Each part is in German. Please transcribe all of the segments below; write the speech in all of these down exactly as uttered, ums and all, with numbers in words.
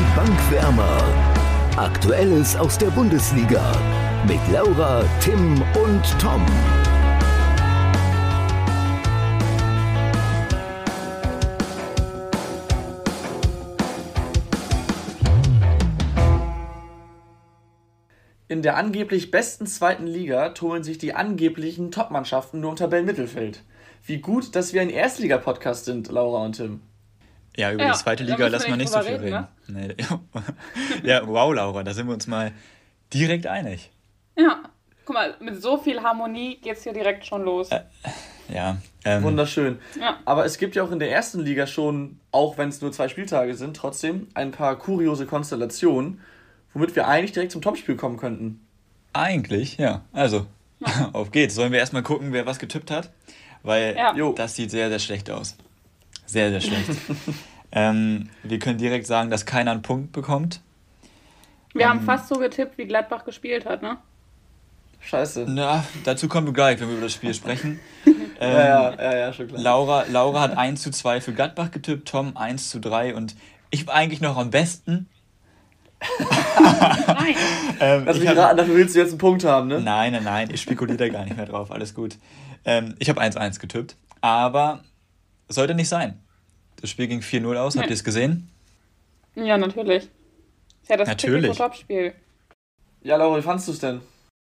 Bankwärmer. Aktuelles aus der Bundesliga mit Laura, Tim und Tom. In der angeblich besten zweiten Liga tummeln sich die angeblichen Top-Mannschaften nur im Tabellenmittelfeld. Wie gut, dass wir ein Erstliga-Podcast sind, Laura und Tim. Ja, über ja, die zweite Liga lassen wir nicht so viel reden. reden. Ne? Nee. Ja, wow, Laura, da sind wir uns mal direkt einig. Ja, guck mal, mit so viel Harmonie geht's hier direkt schon los. Äh, ja. Ähm, Wunderschön. Ja. Aber es gibt ja auch in der ersten Liga schon, auch wenn es nur zwei Spieltage sind, trotzdem ein paar kuriose Konstellationen, womit wir eigentlich direkt zum Topspiel kommen könnten. Eigentlich, ja. Also, ja. Auf geht's. Sollen wir erstmal gucken, wer was getippt hat? Weil ja. das sieht sehr, sehr schlecht aus. Sehr, sehr schlecht. ähm, wir können direkt sagen, dass keiner einen Punkt bekommt. Wir um, haben fast so getippt, wie Gladbach gespielt hat, ne? Scheiße. Na, dazu kommen wir gleich, wenn wir über das Spiel sprechen. ähm, ja, ja, ja, ja, schon klar. Laura, Laura hat eins zu zwei für Gladbach getippt, Tom eins zu drei und ich war eigentlich noch am besten. Nein. ähm, Lass mich raten, dafür willst du jetzt einen Punkt haben, ne? Nein, nein, nein, ich spekuliere da gar nicht mehr drauf, alles gut. Ähm, ich habe eins eins getippt, aber sollte nicht sein. Das Spiel ging vier null aus, nee. Habt ihr es gesehen? Ja, natürlich. Ist ja das natürlich. Top-Spiel. Ja, Laura, wie fandst du es denn?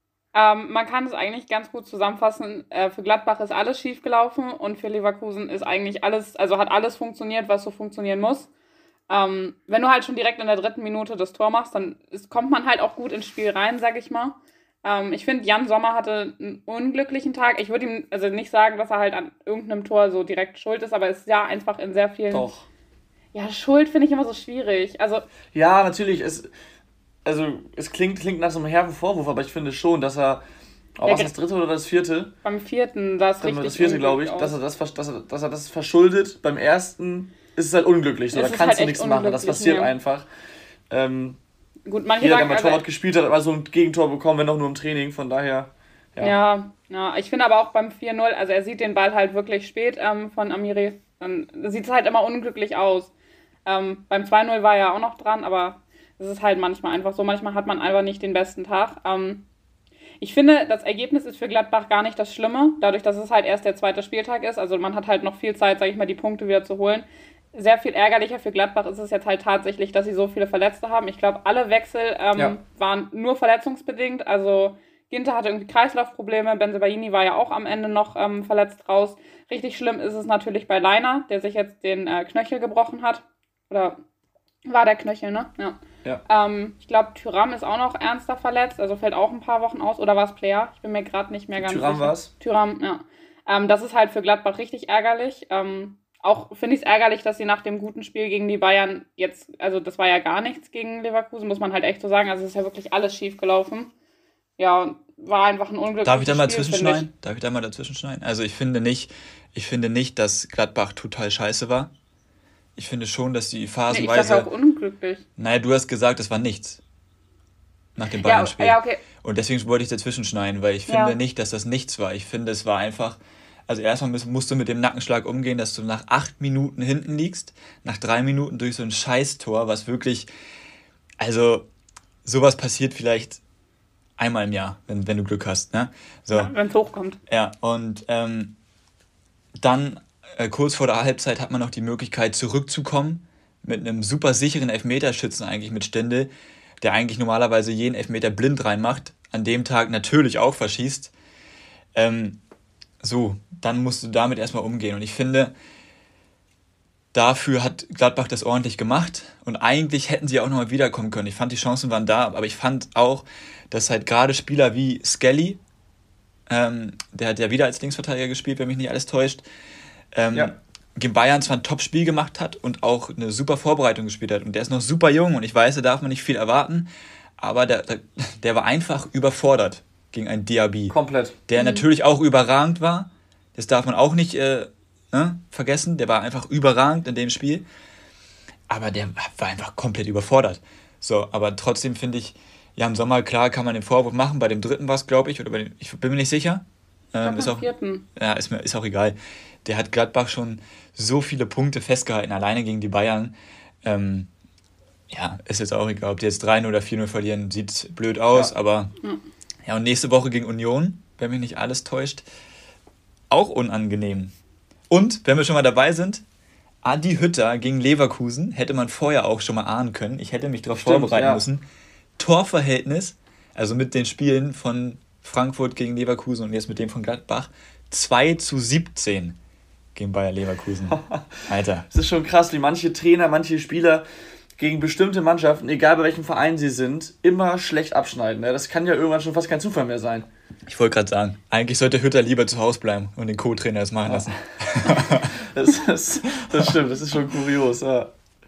Ähm, man kann es eigentlich ganz gut zusammenfassen. Äh, für Gladbach ist alles schief gelaufen und für Leverkusen ist eigentlich alles, also hat alles funktioniert, was so funktionieren muss. Ähm, wenn du halt schon direkt in der dritten Minute das Tor machst, dann ist, kommt man halt auch gut ins Spiel rein, sag ich mal. Ähm, ich finde, Jan Sommer hatte einen unglücklichen Tag. Ich würde ihm also nicht sagen, dass er halt an irgendeinem Tor so direkt schuld ist, aber es ist ja einfach in sehr vielen... Doch. Ja, Schuld finde ich immer so schwierig. Also ja, natürlich. Es, also es klingt, klingt nach so einem herben Vorwurf, aber ich finde schon, dass er... Oh, ja, was das dritte oder das vierte? Beim vierten, das richtig Das vierte, glaube ich, dass er das, dass, er, dass er das verschuldet. Beim ersten ist es halt unglücklich. So, da kannst halt du nichts machen. Das passiert ja. einfach. Ähm, Gut, manche jeder, sagen, der mal Torwart gespielt hat, hat mal so ein Gegentor bekommen, wenn auch nur im Training. Von daher, ja. Ja, ja ich finde aber auch beim vier null, also er sieht den Ball halt wirklich spät ähm, von Amiri. Dann sieht es halt immer unglücklich aus. Ähm, beim zwei null war er auch noch dran, aber es ist halt manchmal einfach so. Manchmal hat man einfach nicht den besten Tag. Ähm, Ich finde, das Ergebnis ist für Gladbach gar nicht das Schlimme, dadurch, dass es halt erst der zweite Spieltag ist. Also man hat halt noch viel Zeit, sage ich mal, die Punkte wieder zu holen. Sehr viel ärgerlicher für Gladbach ist es jetzt halt tatsächlich, dass sie so viele Verletzte haben. Ich glaube, alle Wechsel ähm, ja. waren nur verletzungsbedingt. Also Ginter hatte irgendwie Kreislaufprobleme, Bensebaini war ja auch am Ende noch ähm, verletzt raus. Richtig schlimm ist es natürlich bei Leiner, der sich jetzt den äh, Knöchel gebrochen hat. Oder war der Knöchel, ne? Ja. Ja. Ähm, ich glaube, Thuram ist auch noch ernster verletzt, also fällt auch ein paar Wochen aus. Oder war es Player? Ich bin mir gerade nicht mehr ganz Thuram sicher. war es? Thuram, ja. Ähm, das ist halt für Gladbach richtig ärgerlich. Ähm, auch finde ich es ärgerlich, dass sie nach dem guten Spiel gegen die Bayern jetzt, also das war ja gar nichts gegen Leverkusen, muss man halt echt so sagen. Also es ist ja wirklich alles schief gelaufen. Ja, war einfach ein unglückliches Darf ich da mal Spiel, zwischenschneiden? Darf ich da mal dazwischen schneiden? Also ich finde nicht, ich finde nicht, dass Gladbach total scheiße war. Ich finde schon, dass die phasenweise... Nee, ich sag auch unglücklich. Naja, du hast gesagt, es war nichts. Nach dem Bayern-Spiel. Ja, ja, okay. Und deswegen wollte ich dazwischen schneiden, weil ich finde Ja. nicht, dass das nichts war. Ich finde, es war einfach... Also erstmal musst du mit dem Nackenschlag umgehen, dass du nach acht Minuten hinten liegst, nach drei Minuten durch so ein Scheißtor, was wirklich... Also, sowas passiert vielleicht einmal im Jahr, wenn, wenn du Glück hast. Ne? So. Ja, wenn es hochkommt. Ja, und ähm, dann... Kurz vor der Halbzeit hat man noch die Möglichkeit zurückzukommen mit einem super sicheren Elfmeterschützen eigentlich mit Stindl, der eigentlich normalerweise jeden Elfmeter blind reinmacht, an dem Tag natürlich auch verschießt. Ähm, so, dann musst du damit erstmal umgehen. Und ich finde, dafür hat Gladbach das ordentlich gemacht und eigentlich hätten sie auch nochmal wiederkommen können. Ich fand, die Chancen waren da, aber ich fand auch, dass halt gerade Spieler wie Skelly, ähm, der hat ja wieder als Linksverteidiger gespielt, wenn mich nicht alles täuscht, Ähm, ja. gegen Bayern zwar ein Top-Spiel gemacht hat und auch eine super Vorbereitung gespielt hat. Und der ist noch super jung und ich weiß, da darf man nicht viel erwarten, aber der, der, der war einfach überfordert gegen einen Diaby. Komplett. Der Mhm. natürlich auch überragend war. Das darf man auch nicht äh, ne, vergessen. Der war einfach überragend in dem Spiel. Aber der war einfach komplett überfordert. So, aber trotzdem finde ich, ja, im Sommer, klar, kann man den Vorwurf machen. Bei dem dritten war es, glaube ich, oder bei dem, ich bin mir nicht sicher. Ähm, ist auch, vierten. Ja, ist, mir, ist auch egal. Der hat Gladbach schon so viele Punkte festgehalten, alleine gegen die Bayern. Ähm, ja, ist jetzt auch egal, ob die jetzt drei null oder vier null verlieren, sieht blöd aus, Ja. aber Ja. ja, und nächste Woche gegen Union, wenn mich nicht alles täuscht, auch unangenehm. Und, wenn wir schon mal dabei sind, Adi Hütter gegen Leverkusen, hätte man vorher auch schon mal ahnen können. Ich hätte mich darauf Stimmt, vorbereiten ja. müssen. Torverhältnis, also mit den Spielen von Frankfurt gegen Leverkusen und jetzt mit dem von Gladbach, zwei zu siebzehn gegen Bayer Leverkusen. Alter. Es ist schon krass, wie manche Trainer, manche Spieler gegen bestimmte Mannschaften, egal bei welchem Verein sie sind, immer schlecht abschneiden. Ne? Das kann ja irgendwann schon fast kein Zufall mehr sein. Ich wollte gerade sagen, eigentlich sollte Hütter lieber zu Hause bleiben und den Co-Trainer das machen lassen. Das, das, das stimmt, das ist schon kurios. Ja,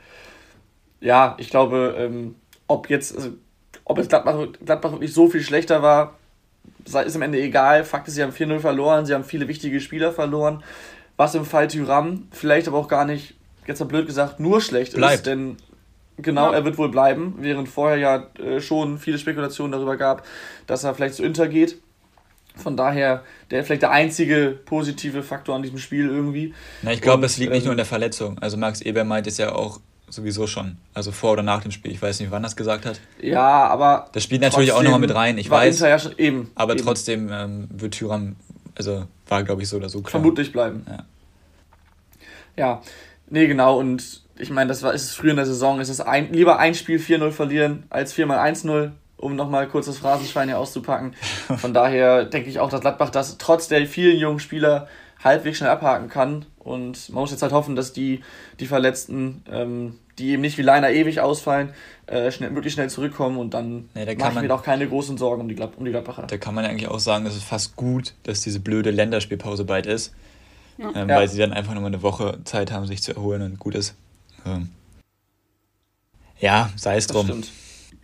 ja ich glaube, ähm, ob jetzt, also, ob jetzt Gladbach, Gladbach wirklich so viel schlechter war, sei- ist am Ende egal. Fakt ist, sie haben vier null verloren, sie haben viele wichtige Spieler verloren. Was im Fall Thuram vielleicht aber auch gar nicht, jetzt mal blöd gesagt, nur schlecht Bleibt. ist, denn genau, Ja. er wird wohl bleiben, während vorher ja äh, schon viele Spekulationen darüber gab, dass er vielleicht zu Inter geht. Von daher, der vielleicht der einzige positive Faktor an diesem Spiel irgendwie. Na, ich glaube, Und, es liegt nicht ähm, nur in der Verletzung. Also Max Eber meint es ja auch sowieso schon. Also vor oder nach dem Spiel. Ich weiß nicht, wann er es gesagt hat. Ja, aber Das spielt natürlich auch nochmal mit rein, ich war weiß. Inter ja schon, eben, Aber eben, trotzdem ähm, wird Thuram, also war glaube ich so oder so klar. vermutlich bleiben. Ja. Ja, nee, genau. Und ich meine, das war ist es früher in der Saison. Es ist ein, lieber ein Spiel vier null verlieren als viermal eins null, um nochmal kurz das Phrasenschwein hier auszupacken. Von daher denke ich auch, dass Gladbach das trotz der vielen jungen Spieler halbwegs schnell abhaken kann. Und man muss jetzt halt hoffen, dass die, die Verletzten, ähm, die eben nicht wie Leiner ewig ausfallen, äh, schnell, möglichst schnell zurückkommen. Und dann Nee, da kann mache ich man- mir doch keine großen Sorgen um die, Glad um die Gladbacher. Da kann man ja eigentlich auch sagen, es ist fast gut, dass diese blöde Länderspielpause bald ist. Ja. Ähm, Ja. Weil sie dann einfach nochmal eine Woche Zeit haben, sich zu erholen und gut ist. Ähm. Ja, sei es Das drum. stimmt.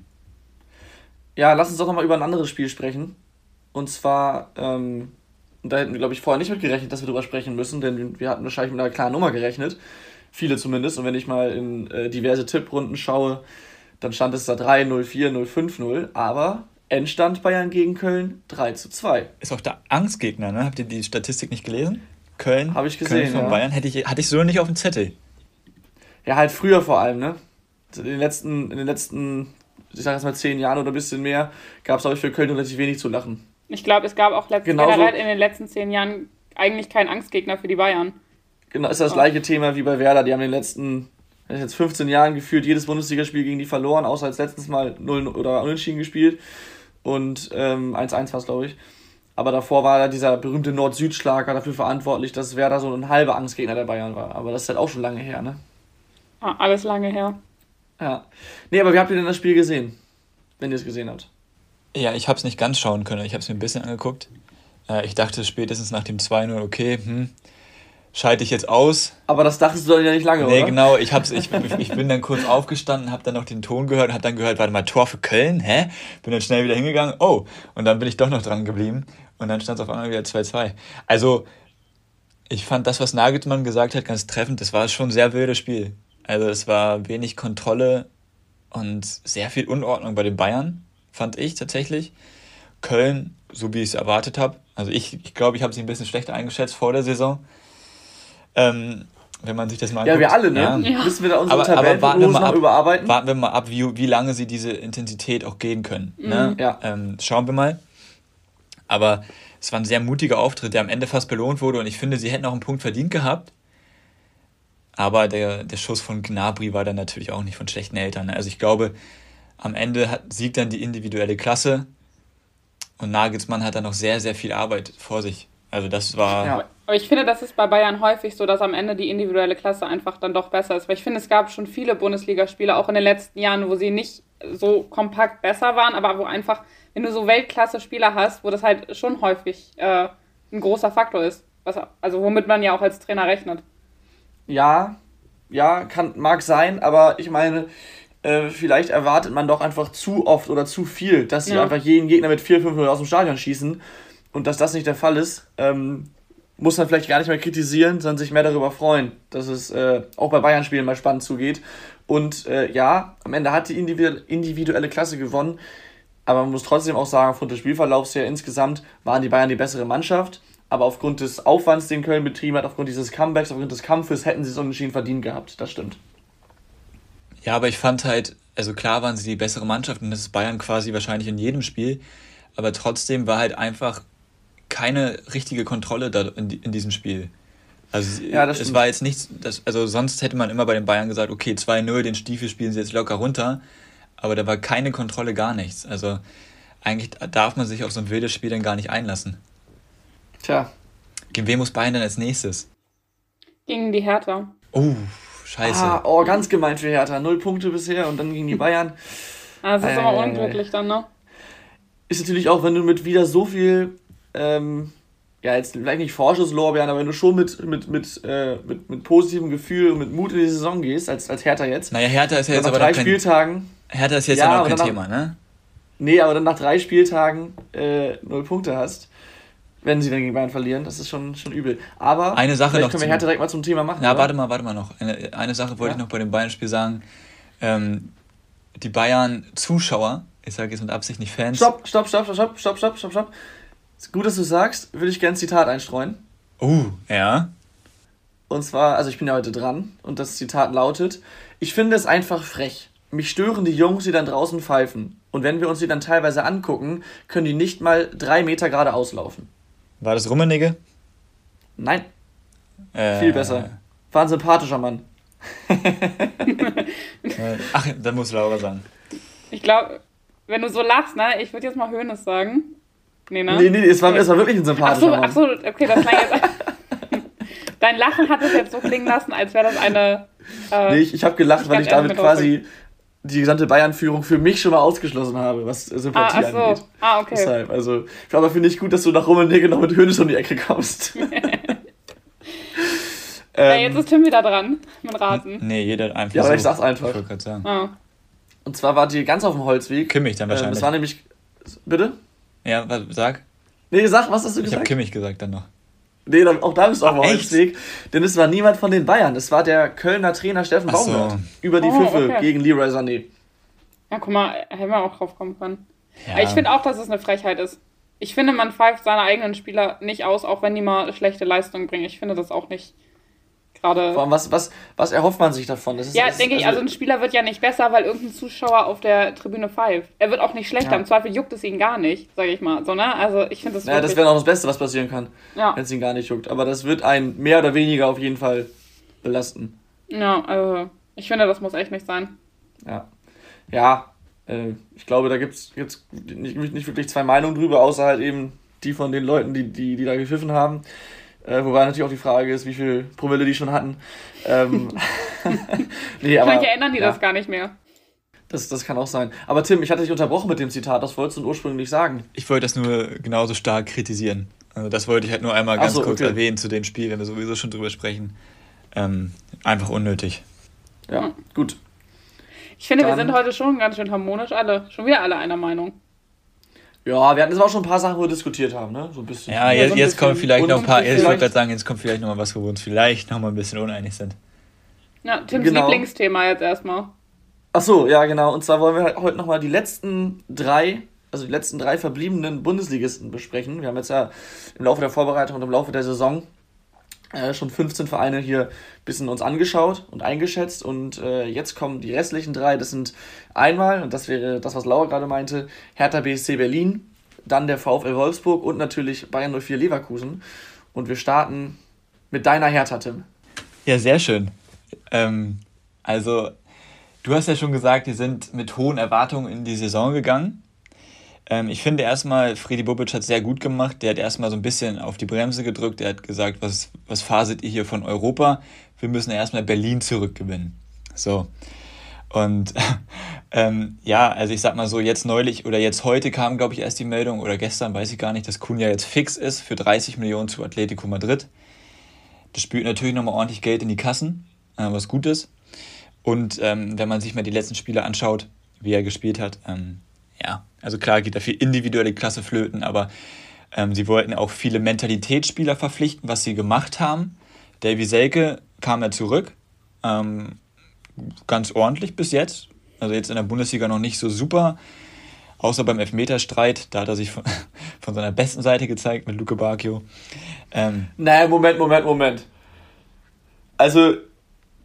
Ja, lass uns doch nochmal über ein anderes Spiel sprechen. Und zwar, ähm, und da hätten wir, glaube ich, vorher nicht mit gerechnet, dass wir drüber sprechen müssen, denn wir hatten wahrscheinlich mit einer klaren Nummer gerechnet. Viele zumindest. Und wenn ich mal in äh, diverse Tipprunden schaue, dann stand es da drei null, vier null, fünf null. Aber Endstand Bayern gegen Köln drei zu zwei. Ist auch der Angstgegner, ne? Habt ihr die Statistik nicht gelesen? Köln, Hab ich Köln gesehen, von ja. Bayern, hätte ich, hatte ich so nicht auf dem Zettel. Ja, halt früher vor allem, ne? In den letzten, in den letzten, ich sag jetzt mal zehn Jahren oder ein bisschen mehr, gab es, glaube ich, für Köln relativ wenig zu lachen. Ich glaube, es gab auch letzt- Genauso- generell in den letzten zehn Jahren eigentlich keinen Angstgegner für die Bayern. Genau, ist das Ja. gleiche Thema wie bei Werder. Die haben in den letzten wenn ich jetzt fünfzehn Jahren gefühlt jedes Bundesligaspiel gegen die verloren, außer als letztens mal null oder unentschieden gespielt. Und ähm, eins eins war es, glaube ich. Aber davor war da dieser berühmte Nord-Süd-Schlager dafür verantwortlich, dass Werder so ein halber Angstgegner der Bayern war. Aber das ist halt auch schon lange her, ne? Ah, alles lange her. Ja. Nee, aber wie habt ihr denn das Spiel gesehen? Wenn ihr es gesehen habt. Ja, ich habe es nicht ganz schauen können. Ich habe es mir ein bisschen angeguckt. Äh, ich dachte spätestens nach dem zwei null, okay, hm, schalte ich jetzt aus. Aber das dachtest du dann ja nicht lange, Nee, oder? genau. Ich, hab's, ich, ich bin dann kurz aufgestanden, habe dann noch den Ton gehört, habe dann gehört, warte mal, Tor für Köln, hä? Bin dann schnell wieder hingegangen, oh, und dann bin ich doch noch dran geblieben. Und dann stand es auf einmal wieder zwei zwei. Also, ich fand das, was Nagelsmann gesagt hat, ganz treffend. Das war schon ein sehr wildes Spiel. Also, es war wenig Kontrolle und sehr viel Unordnung bei den Bayern, fand ich tatsächlich. Köln, so wie ich es erwartet habe. Also, ich glaube, ich, glaub, ich habe sie ein bisschen schlechter eingeschätzt vor der Saison. Ähm, wenn man sich das mal Ja, anguckt. wir alle, ne? Ja. Müssen wir da unsere Aber, aber warten, wir Tabellenprognose mal noch ab, überarbeiten? warten wir mal ab, wie, wie lange sie diese Intensität auch gehen können. Ne? Ja. Ähm, schauen wir mal. Aber es war ein sehr mutiger Auftritt, der am Ende fast belohnt wurde. Und ich finde, sie hätten auch einen Punkt verdient gehabt. Aber der, der Schuss von Gnabry war dann natürlich auch nicht von schlechten Eltern. Ne? Also ich glaube, am Ende hat, siegt dann die individuelle Klasse. Und Nagelsmann hat dann noch sehr, sehr viel Arbeit vor sich. Also das war... Ja. Aber ich finde, das ist bei Bayern häufig so, dass am Ende die individuelle Klasse einfach dann doch besser ist. Weil ich finde, es gab schon viele Bundesligaspiele, auch in den letzten Jahren, wo sie nicht so kompakt besser waren, aber wo einfach, wenn du so Weltklasse-Spieler hast, wo das halt schon häufig äh, ein großer Faktor ist. Was, also womit man ja auch als Trainer rechnet. Ja, ja, kann, mag sein, aber ich meine, äh, vielleicht erwartet man doch einfach zu oft oder zu viel, dass sie Ja. einfach jeden Gegner mit vier fünf null aus dem Stadion schießen. Und dass das nicht der Fall ist, ähm, muss man vielleicht gar nicht mehr kritisieren, sondern sich mehr darüber freuen, dass es äh, auch bei Bayern-Spielen mal spannend zugeht. Und äh, ja, am Ende hat die individu- individuelle Klasse gewonnen, aber man muss trotzdem auch sagen, aufgrund des Spielverlaufs her insgesamt waren die Bayern die bessere Mannschaft. Aber aufgrund des Aufwands, den Köln betrieben hat, aufgrund dieses Comebacks, aufgrund des Kampfes, hätten sie es unentschieden verdient gehabt. Das stimmt. Ja, aber ich fand halt, also klar waren sie die bessere Mannschaft und das ist Bayern quasi wahrscheinlich in jedem Spiel, aber trotzdem war halt einfach keine richtige Kontrolle da in, in diesem Spiel. Also ja, das es stimmt. War jetzt nichts, das, also sonst hätte man immer bei den Bayern gesagt, okay, zwei null, den Stiefel spielen sie jetzt locker runter, aber da war keine Kontrolle, gar nichts. Also eigentlich darf man sich auf so ein wildes Spiel dann gar nicht einlassen. Tja. Gegen wen muss Bayern denn als nächstes? Gegen die Hertha. Oh, scheiße. Ah, oh, ganz gemein für Hertha. Null Punkte bisher und dann gegen die Bayern. Ah, das ist äh, immer unglücklich dann, ne? Ist natürlich auch, wenn du mit wieder so viel... Ähm, ja, jetzt vielleicht nicht Vorschusslorbeeren, aber wenn du schon mit, mit, mit, äh, mit, mit positivem Gefühl und mit Mut in die Saison gehst, als, als Hertha jetzt. Naja, Hertha ist ja jetzt nach aber drei noch kein, Spieltagen. Hertha ist jetzt ja, ja noch kein nach, Thema, ne? Nee, aber dann nach drei Spieltagen äh, null Punkte hast, wenn sie dann gegen Bayern verlieren, das ist schon, schon übel. Aber eine Sache vielleicht noch können wir Hertha direkt mal zum Thema machen. Na, oder? warte mal, warte mal noch. Eine, eine Sache wollte ja? ich noch bei dem Bayern-Spiel sagen. Ähm, die Bayern-Zuschauer, ich sage jetzt mit Absicht nicht Fans. Stopp, stopp, stopp, stopp, stopp, stopp, stopp, stopp. Ist gut, dass du sagst, würde ich gerne ein Zitat einstreuen. Uh, ja. Und zwar, also ich bin ja heute dran und das Zitat lautet: Ich finde es einfach frech. Mich stören die Jungs, die dann draußen pfeifen. Und wenn wir uns die dann teilweise angucken, können die nicht mal drei Meter geradeaus laufen. War das Rummenigge? Nein. Äh, Viel besser. War ein sympathischer Mann. Ach, dann muss Laura sagen. Ich glaube, wenn du so lachst, ne, ich würde jetzt mal Hoeneß sagen. Nee, ne? Nee, nee, es war, es war wirklich ein sympathischer Mann. Ach so, ach so, okay, das klang jetzt... Dein Lachen hat es jetzt so klingen lassen, als wäre das eine... Äh, nee, ich, ich habe gelacht, weil ich damit quasi die gesamte Bayern-Führung für mich schon mal ausgeschlossen habe, was Sympathie ah, ach so. angeht. Ah, okay. Deshalb, also, ich glaube, finde ich gut, dass du nach Rummenigge noch mit Hoeneß um die Ecke kommst. ähm, ja, jetzt ist Tim wieder dran mit Raten. Nee, jeder einfach Ja, aber so. ich sag's einfach. Ich wollte gerade sagen. Ah. Und zwar war die ganz auf dem Holzweg. Kimmich dann wahrscheinlich. Ähm, das war nämlich... Bitte? Ja, was, sag. Nee, sag, was hast du ich gesagt? Ich habe Kimmich gesagt dann noch. Nee, dann, auch da bist du auf dem Ach, Holzweg. Denn es war niemand von den Bayern. Es war der Kölner Trainer Steffen Ach so. Baumgart. Über die Oh, Pfiffe okay. gegen Leroy Sané. Ja, guck mal, hätten wir auch drauf kommen können. Ja. Aber ich finde auch, dass es eine Frechheit ist. Ich finde, man pfeift seine eigenen Spieler nicht aus, auch wenn die mal schlechte Leistungen bringen. Ich finde das auch nicht gerade... Vor allem, was, was, was erhofft man sich davon? Das ist, Ja, das denke ist, ich, also ein Spieler wird ja nicht besser, weil irgendein Zuschauer auf der Tribüne pfeift. Er wird auch nicht schlechter, Ja. im Zweifel juckt es ihn gar nicht, sage ich mal. So, ne? Also ich finde das Ja, wirklich... das wäre auch das Beste, was passieren kann, Ja. wenn es ihn gar nicht juckt. Aber das wird einen mehr oder weniger auf jeden Fall belasten. Ja, also ich finde, das muss echt nicht sein. Ja, ja äh, ich glaube, da gibt es nicht, nicht wirklich zwei Meinungen drüber, außer halt eben die von den Leuten, die, die, die da gepfiffen haben. Äh, wobei natürlich auch die Frage ist, wie viel Promille die schon hatten. Ähm, nee, aber, Vielleicht erinnern die ja, das gar nicht mehr. Das, das kann auch sein. Aber Tim, ich hatte dich unterbrochen mit dem Zitat. Was wolltest du ursprünglich sagen? Ich wollte das nur genauso stark kritisieren. Also das wollte ich halt nur einmal Ach ganz so, kurz okay. erwähnen zu dem Spiel, wenn wir sowieso schon drüber sprechen. Ähm, einfach unnötig. Ja, Hm. gut. Ich finde, Dann- wir sind heute schon ganz schön harmonisch alle. Schon wieder alle einer Meinung. Ja, wir hatten jetzt auch schon ein paar Sachen, wo wir diskutiert haben, ne? So ein bisschen. Ja, so jetzt, ein jetzt kommen bisschen vielleicht noch ein paar, unglücklich ich wollte vielleicht. gerade sagen, jetzt kommt vielleicht noch mal was, wo wir uns vielleicht noch mal ein bisschen uneinig sind. Ja, Tims Genau. Lieblingsthema jetzt erstmal. Ach so, ja, genau. Und zwar wollen wir halt heute nochmal die letzten drei, also die letzten drei verbliebenen Bundesligisten besprechen. Wir haben jetzt ja im Laufe der Vorbereitung und im Laufe der Saison äh, schon fünfzehn Vereine hier ein bisschen uns angeschaut und eingeschätzt. Und äh, jetzt kommen die restlichen drei. Das sind einmal, und das wäre das, was Laura gerade meinte, Hertha B S C Berlin, dann der VfL Wolfsburg und natürlich Bayern null vier Leverkusen. Und wir starten mit deiner Hertha, Tim. Ja, sehr schön. Ähm, also, du hast ja schon gesagt, die sind mit hohen Erwartungen in die Saison gegangen. Ähm, ich finde erstmal, Freddy Bobic hat sehr gut gemacht. Der hat erstmal so ein bisschen auf die Bremse gedrückt. Der hat gesagt, was, was faselt ihr hier von Europa? Wir müssen erstmal Berlin zurückgewinnen. So. Und ähm, ja, also ich sag mal so, jetzt neulich oder jetzt heute kam, glaube ich, erst die Meldung, oder gestern, weiß ich gar nicht, dass Cunha jetzt fix ist für dreißig Millionen zu Atletico Madrid. Das spült natürlich nochmal ordentlich Geld in die Kassen, äh, was gut ist. Und ähm, wenn man sich mal die letzten Spiele anschaut, wie er gespielt hat, ähm, ja, also klar geht da viel individuelle Klasse flöten, aber ähm, sie wollten auch viele Mentalitätsspieler verpflichten, was sie gemacht haben. Davy Selke kam ja zurück, ähm, ganz ordentlich bis jetzt. Also jetzt in der Bundesliga noch nicht so super, außer beim Elfmeterstreit. Da hat er sich von, von seiner besten Seite gezeigt mit Luke Bacchio. Ähm, Naja, Moment, Moment, Moment. Also,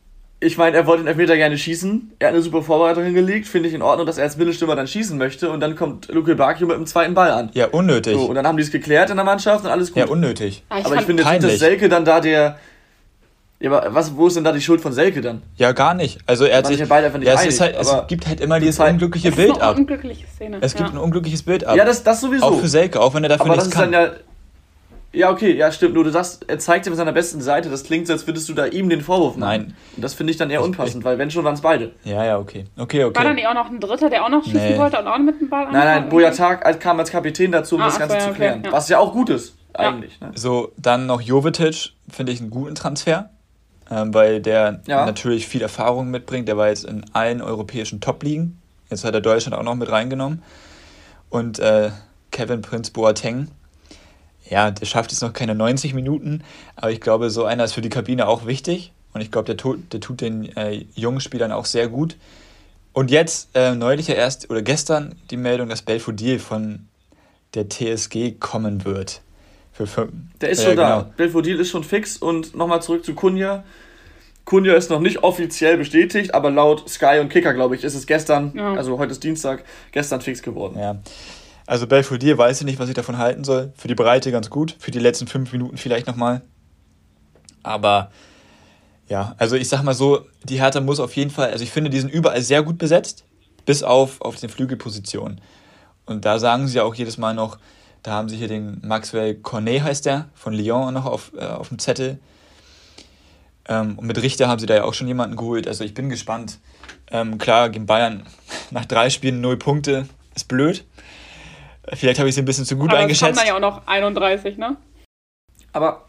ich meine, er wollte den Elfmeter gerne schießen. Er hat eine super Vorbereitung hingelegt. Finde ich in Ordnung, dass er als Mittelstürmer dann schießen möchte. Und dann kommt Luke Bacchio mit dem zweiten Ball an. Ja, unnötig. So, und dann haben die es geklärt in der Mannschaft und alles gut. Ja, unnötig. Ah, ich Aber ich fand- finde jetzt nicht, dass peinlich. Selke dann da der... Ja, aber was, wo ist denn da die Schuld von Selke dann? Ja, gar nicht. Also er hat Waren sich... sich ja beide einfach nicht ja, es, einig, ist halt, es aber gibt halt immer dieses Zeit- unglückliche Das ist Bild eine ab. unglückliche Szene. Es gibt ja. ein unglückliches Bild ab. Ja, das, das sowieso. Auch für Selke, auch wenn er dafür aber das nichts ist kann. dann ja... Ja, okay, ja, stimmt. Nur du sagst, er zeigt dir mit seiner besten Seite. Das klingt so, als würdest du da ihm den Vorwurf machen. Nein. Und das finde ich dann eher unpassend, weil wenn schon, waren es beide. Ja, ja, okay. Okay, War da okay. nicht auch noch ein Dritter, der auch noch schießen Nee. wollte und auch mit dem Ball Nein, nein, angefangen? Boyata kam als Kapitän dazu, um Ah, das ach Ganze so, ja, zu okay, klären. ja. Was ja auch gut ist, eigentlich. Ne? So, dann noch Jovetic, finde ich einen guten Transfer, ähm, weil der Ja. natürlich viel Erfahrung mitbringt. Der war jetzt in allen europäischen Top-Ligen. Jetzt hat er Deutschland auch noch mit reingenommen. Und äh, Kevin Prince Boateng, ja, der schafft jetzt noch keine neunzig Minuten, aber ich glaube, so einer ist für die Kabine auch wichtig. Und ich glaube, der tut, der tut den äh, jungen Spielern auch sehr gut. Und jetzt, äh, neulich ja erst, oder gestern, die Meldung, dass Belfodil von der T S G kommen wird. Für fünf, Der ist ja, schon da. genau. Belfodil ist schon fix. Und nochmal zurück zu Kunja. Kunja ist noch nicht offiziell bestätigt, aber laut Sky und Kicker, glaube ich, ist es gestern, Ja. also heute ist Dienstag, gestern fix geworden. Ja. Also Belfodil weiß ich nicht, was ich davon halten soll. Für die Breite ganz gut, für die letzten fünf Minuten vielleicht nochmal. Aber ja, also ich sag mal so, die Hertha muss auf jeden Fall, also ich finde, die sind überall sehr gut besetzt, bis auf, auf den Flügelpositionen. Und da sagen sie auch jedes Mal noch, da haben sie hier den Maxwell Cornet, heißt der, von Lyon noch auf, äh, auf dem Zettel. Ähm, und mit Richter haben sie da ja auch schon jemanden geholt. Also ich bin gespannt. Ähm, klar, gegen Bayern nach drei Spielen null Punkte, ist blöd. Vielleicht habe ich sie ein bisschen zu gut Aber es eingeschätzt. kommen dann ja auch noch einunddreißig, ne? Aber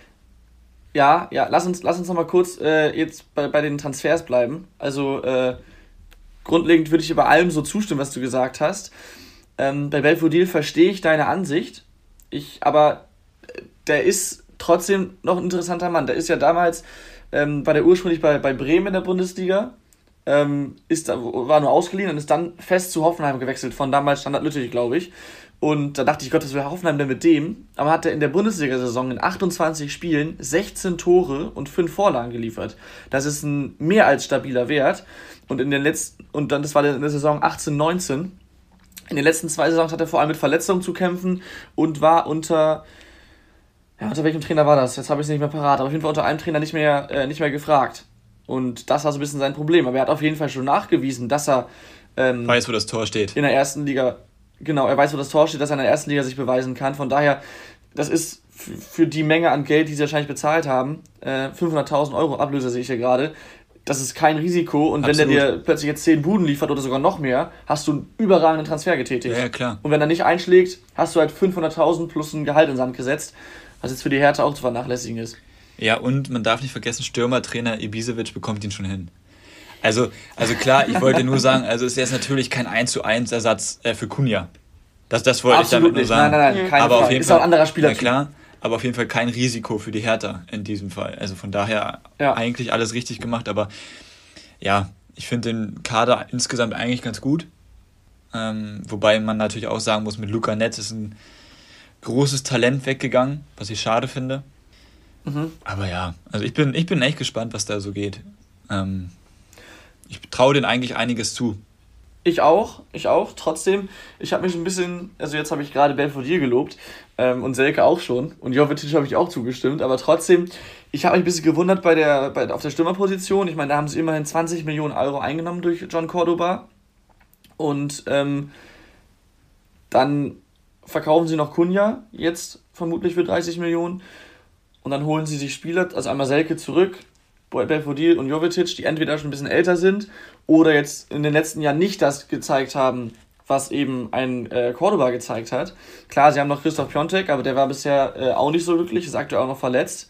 ja, ja, lass uns, lass uns noch mal kurz äh, jetzt bei, bei den Transfers bleiben. Also äh, grundlegend würde ich über allem so zustimmen, was du gesagt hast. Ähm, bei Belfodil verstehe ich deine Ansicht. Ich, aber äh, der ist trotzdem noch ein interessanter Mann. Der ist ja damals, ähm, war der ursprünglich bei, bei Bremen in der Bundesliga, ähm, ist, da- war nur ausgeliehen und ist dann fest zu Hoffenheim gewechselt, von damals Standard Lüttich, glaube ich. Und da dachte ich, Gott, was will Hoffenheim denn mit dem? Aber hat er in der Bundesliga-Saison in achtundzwanzig Spielen sechzehn Tore und fünf Vorlagen geliefert. Das ist ein mehr als stabiler Wert. Und in den letzten, und dann, das war in der Saison achtzehn neunzehn. In den letzten zwei Saisons hat er vor allem mit Verletzungen zu kämpfen und war unter, ja, unter welchem Trainer war das? Jetzt habe ich es nicht mehr parat, aber auf jeden Fall unter einem Trainer nicht mehr, äh, nicht mehr gefragt. Und das war so ein bisschen sein Problem. Aber er hat auf jeden Fall schon nachgewiesen, dass er ähm, Weiß, wo das Tor steht. in der ersten Liga, genau, er weiß, wo das Tor steht, dass er in der ersten Liga sich beweisen kann. Von daher, das ist f- für die Menge an Geld, die sie wahrscheinlich bezahlt haben, äh, fünfhunderttausend Euro Ablöse sehe ich hier gerade, das ist kein Risiko. Und wenn Absolut. der dir plötzlich jetzt zehn Buden liefert oder sogar noch mehr, hast du einen überragenden Transfer getätigt. Ja, ja, klar. Und wenn er nicht einschlägt, hast du halt fünfhunderttausend plus ein Gehalt in den Sand gesetzt, was jetzt für die Hertha auch zu vernachlässigen ist. Ja, und man darf nicht vergessen, Stürmertrainer Ibisevic bekommt ihn schon hin. Also, also klar, ich wollte nur sagen, also ist jetzt natürlich kein eins zu eins Ersatz äh, für Kunja. Das, das wollte ich damit nur sagen. Nein, nein, nein, keine aber Frage. auf jeden ist Fall, auch ein anderer Spieler. Ja, klar, aber auf jeden Fall kein Risiko für die Hertha in diesem Fall. Also von daher Ja. eigentlich alles richtig gemacht, aber ja, ich finde den Kader insgesamt eigentlich ganz gut. Ähm, wobei man natürlich auch sagen muss, mit Luca Netz ist ein großes Talent weggegangen, was ich schade finde. Mhm. Aber ja, also ich bin, ich bin echt gespannt, was da so geht. Ähm, ich traue denen eigentlich einiges zu. Ich auch, ich auch. Trotzdem, ich habe mich ein bisschen, also jetzt habe ich gerade Belfodil gelobt ähm, und Selke auch schon und Jovetic habe ich auch zugestimmt, aber trotzdem, ich habe mich ein bisschen gewundert bei der, bei, auf der Stürmerposition. Ich meine, da haben sie immerhin zwanzig Millionen Euro eingenommen durch John Cordoba und ähm, dann verkaufen sie noch Kunja, jetzt vermutlich für dreißig Millionen und dann holen sie sich Spieler, also einmal Selke zurück, Belfodil und Jovetic, die entweder schon ein bisschen älter sind oder jetzt in den letzten Jahren nicht das gezeigt haben, was eben ein äh, Cordoba gezeigt hat. Klar, sie haben noch Christoph Piontek, aber der war bisher äh, auch nicht so glücklich, ist aktuell auch noch verletzt.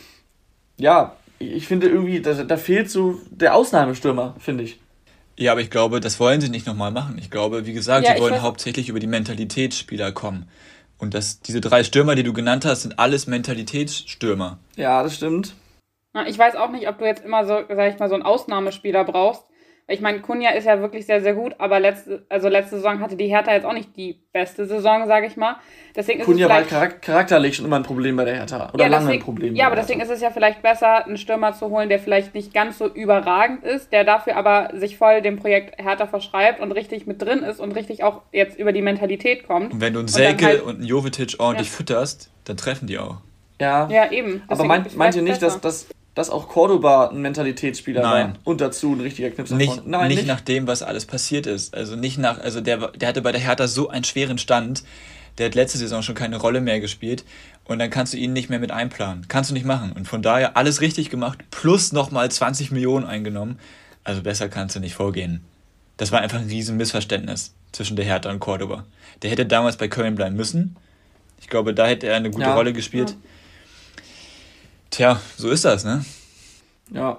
Ja, ich finde irgendwie, da, da fehlt so der Ausnahmestürmer, finde ich. Ja, aber ich glaube, das wollen sie nicht nochmal machen. Ich glaube, wie gesagt, Ja, sie ich wollen weiß- hauptsächlich über die Mentalitätsspieler kommen. Und das, diese drei Stürmer, die du genannt hast, sind alles Mentalitätsstürmer. Ja, das stimmt. Na, ich weiß auch nicht, ob du jetzt immer so, sag ich mal, so einen Ausnahmespieler brauchst. Ich meine, Kunja ist ja wirklich sehr, sehr gut, aber letzte, also letzte Saison hatte die Hertha jetzt auch nicht die beste Saison, sage ich mal. Deswegen ist Kunja es war vielleicht, charakterlich schon immer ein Problem bei der Hertha. Oder ja, lange deswegen, ein Problem. Ja, bei aber der deswegen Hertha. ist es ja vielleicht besser, einen Stürmer zu holen, der vielleicht nicht ganz so überragend ist, der dafür aber sich voll dem Projekt Hertha verschreibt und richtig mit drin ist und richtig auch jetzt über die Mentalität kommt. Und wenn du einen Und dann Selke halt- und einen Jovetic ordentlich Ja. fütterst, dann treffen die auch. Ja, Ja, eben. aber Deswegen meint, ist es meint ihr vielleicht nicht, dass, besser. dass, dass auch Cordoba ein Mentalitätsspieler Nein. war? Und dazu ein richtiger Knipser Nicht, von? Nein, nicht, nicht. nach dem, was alles passiert ist. Also nicht nach, also der, der hatte bei der Hertha so einen schweren Stand, der hat letzte Saison schon keine Rolle mehr gespielt und dann kannst du ihn nicht mehr mit einplanen. Kannst du nicht machen. Und von daher alles richtig gemacht, plus nochmal zwanzig Millionen eingenommen. Also besser kannst du nicht vorgehen. Das war einfach ein riesen Missverständnis zwischen der Hertha und Cordoba. Der hätte damals bei Köln bleiben müssen. Ich glaube, da hätte er eine gute Ja. Rolle gespielt. Tja, so ist das, ne? Ja.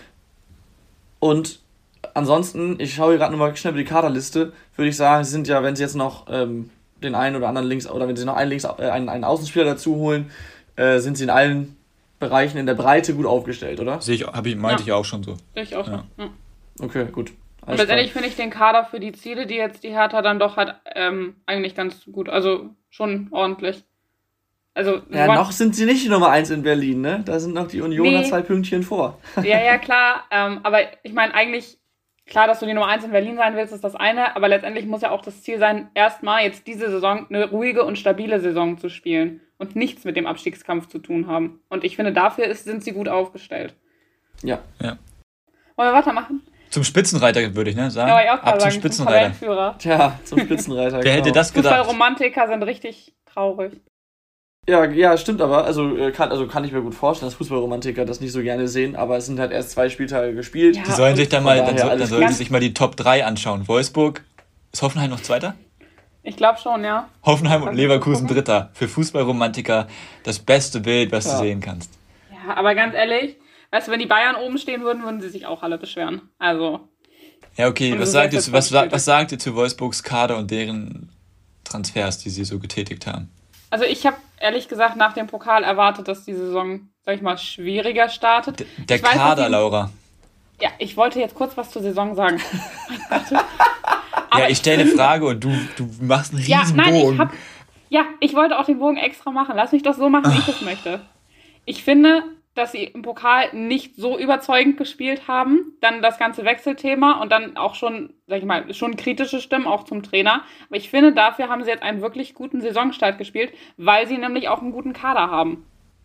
Und ansonsten, ich schaue hier gerade nochmal schnell über die Kaderliste, würde ich sagen, sie sind ja, wenn sie jetzt noch ähm, den einen oder anderen Links, oder wenn sie noch einen, Links, äh, einen, einen Außenspieler dazu holen, äh, sind sie in allen Bereichen in der Breite gut aufgestellt, oder? Sehe ich, hab ich, meinte Ja. ich auch schon so. Ich auch so. Ja. Ja. Okay, gut. Und Alles letztendlich klar. finde ich den Kader für die Ziele, die jetzt die Hertha dann doch hat, ähm, eigentlich ganz gut. Also schon ordentlich. Also, Ja, wollen- noch sind sie nicht die Nummer eins in Berlin, ne? Da sind noch die Unioner Nee. zwei Pünktchen vor. ja, ja, klar. Ähm, aber ich meine eigentlich, klar, dass du die Nummer eins in Berlin sein willst, ist das eine. Aber letztendlich muss ja auch das Ziel sein, erstmal jetzt diese Saison eine ruhige und stabile Saison zu spielen. Und nichts mit dem Abstiegskampf zu tun haben. Und ich finde, dafür ist, sind sie gut aufgestellt. Ja. Ja. Wollen wir weitermachen? Zum Spitzenreiter würde ich ne, sagen. Ja, aber ich auch Ab gerade zum sagen, zum Spitzenreiter. Tabellenführer. Tja, zum Spitzenreiter. Wer hätte genau. das gedacht? Fußballromantiker sind richtig traurig. Ja, ja, stimmt aber. Also äh, kann, also kann ich mir gut vorstellen, dass Fußballromantiker das nicht so gerne sehen, aber es sind halt erst zwei Spieltage gespielt. Ja. Die sollen sich dann Von mal, daher dann, soll, dann alles sollen sie ganz- sich mal die Top drei anschauen. Wolfsburg, ist Hoffenheim noch Zweiter? Ich glaube schon, ja. Hoffenheim und Kannst du Leverkusen gucken? Dritter. Für Fußballromantiker das beste Bild, was Ja. du sehen kannst. Ja, aber ganz ehrlich, weißt du, wenn die Bayern oben stehen würden, würden sie sich auch alle beschweren. Also, Ja, okay, Und was du sagt, sagst ihr, jetzt zu- was, was was sagt ihr zu Wolfsburgs Kader und deren Transfers, die sie so getätigt haben? also ich habe ehrlich gesagt nach dem Pokal erwartet, dass die Saison, sag ich mal, schwieriger startet. D- Der Ich weiß, dass Kader, die- Laura. Ja, ich wollte jetzt kurz was zur Saison sagen. Ja, Aber ich stelle eine Frage und du, du machst einen riesen Ja, nein, Bogen. ich hab, ja, ich wollte auch den Bogen extra machen. Lass mich das so machen, wie ich es möchte. Ich finde, dass sie im Pokal nicht so überzeugend gespielt haben. Dann das ganze Wechselthema und dann auch schon, sag ich mal, schon kritische Stimmen auch zum Trainer. Aber ich finde, dafür haben sie jetzt einen wirklich guten Saisonstart gespielt, weil sie nämlich auch einen guten Kader haben.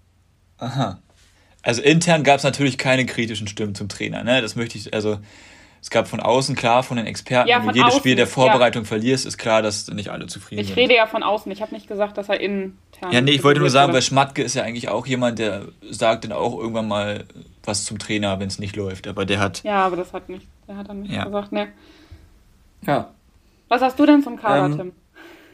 Aha. Also intern gab es natürlich keine kritischen Stimmen zum Trainer, ne? Das möchte ich, also es gab von außen, klar, von den Experten, Ja, wenn von du jedes außen, Spiel der ja. Vorbereitung verlierst, ist klar, dass nicht alle zufrieden Ich sind. rede ja von außen. Ich habe nicht gesagt, dass er intern. Ja, nee, ich wollte nur kritisiert sagen, wurde. weil Schmatke ist ja eigentlich auch jemand, der sagt dann auch irgendwann mal was zum Trainer, wenn es nicht läuft. Aber der hat, Ja, aber das hat nicht, der hat dann nicht Ja. gesagt, ne. Ja. Was hast du denn zum Kader, Ähm, Tim?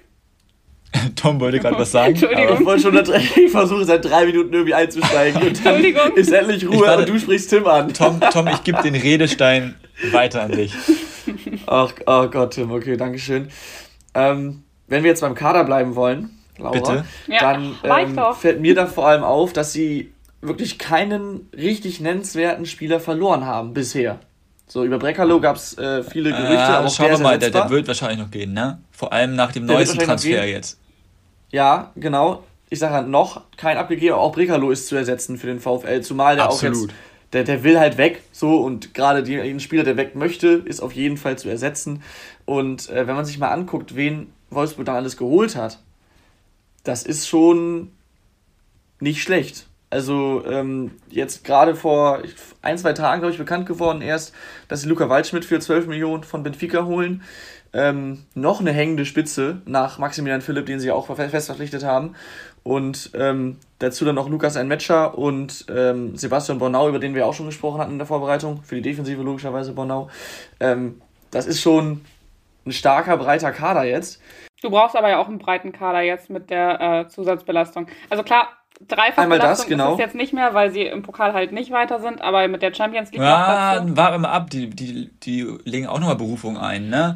Tom wollte gerade was sagen. Entschuldigung. Ich wollte schon, seit- ich versuche seit drei Minuten irgendwie einzusteigen und dann Entschuldigung. ist endlich Ich Ruhe warte- und du sprichst Tim an. Tom, Tom, ich gebe den Redestein weiter an dich. Ach, oh Gott, Tim, okay, dankeschön. Ähm, wenn wir jetzt beim Kader bleiben wollen, Laura, Bitte? Ja, dann reicht ähm, doch. fällt mir da vor allem auf, dass sie wirklich keinen richtig nennenswerten Spieler verloren haben bisher. So, über Breckerloh gab es äh, viele Gerüchte, Ja, aber aber auch schauen der wir ist mal, der, der ersetzbar. wird wahrscheinlich noch gehen, ne? Vor allem nach dem Der wird neuesten wahrscheinlich noch Transfer gehen. jetzt. Ja, genau. Ich sage halt noch, kein abgegeben, aber auch Breckerloh ist zu ersetzen für den VfL, zumal der Absolut. auch jetzt, der, der will halt weg, so, und gerade die- den Spieler, der weg möchte, ist auf jeden Fall zu ersetzen. Und äh, wenn man sich mal anguckt, wen Wolfsburg da alles geholt hat, das ist schon nicht schlecht. Also ähm, jetzt gerade vor ein, zwei Tagen, glaube ich, bekannt geworden erst, dass sie Luca Waldschmidt für zwölf Millionen von Benfica holen. Ähm, noch eine hängende Spitze nach Maximilian Philipp, den sie auch fest verpflichtet haben. Und ähm, dazu dann noch Lukas Einmetscher und ähm, Sebastian Bornau, über den wir auch schon gesprochen hatten in der Vorbereitung, für die Defensive logischerweise Bornau. Ähm, das ist schon ein starker, breiter Kader jetzt. Du brauchst aber ja auch einen breiten Kader jetzt mit der äh, Zusatzbelastung. Also klar, Einmal Dreifachbelastung das, genau. ist es jetzt nicht mehr, weil sie im Pokal halt nicht weiter sind, aber mit der Champions League noch Ja, dazu. warten wir mal ab, die, die, die legen auch nochmal Berufung ein, ne?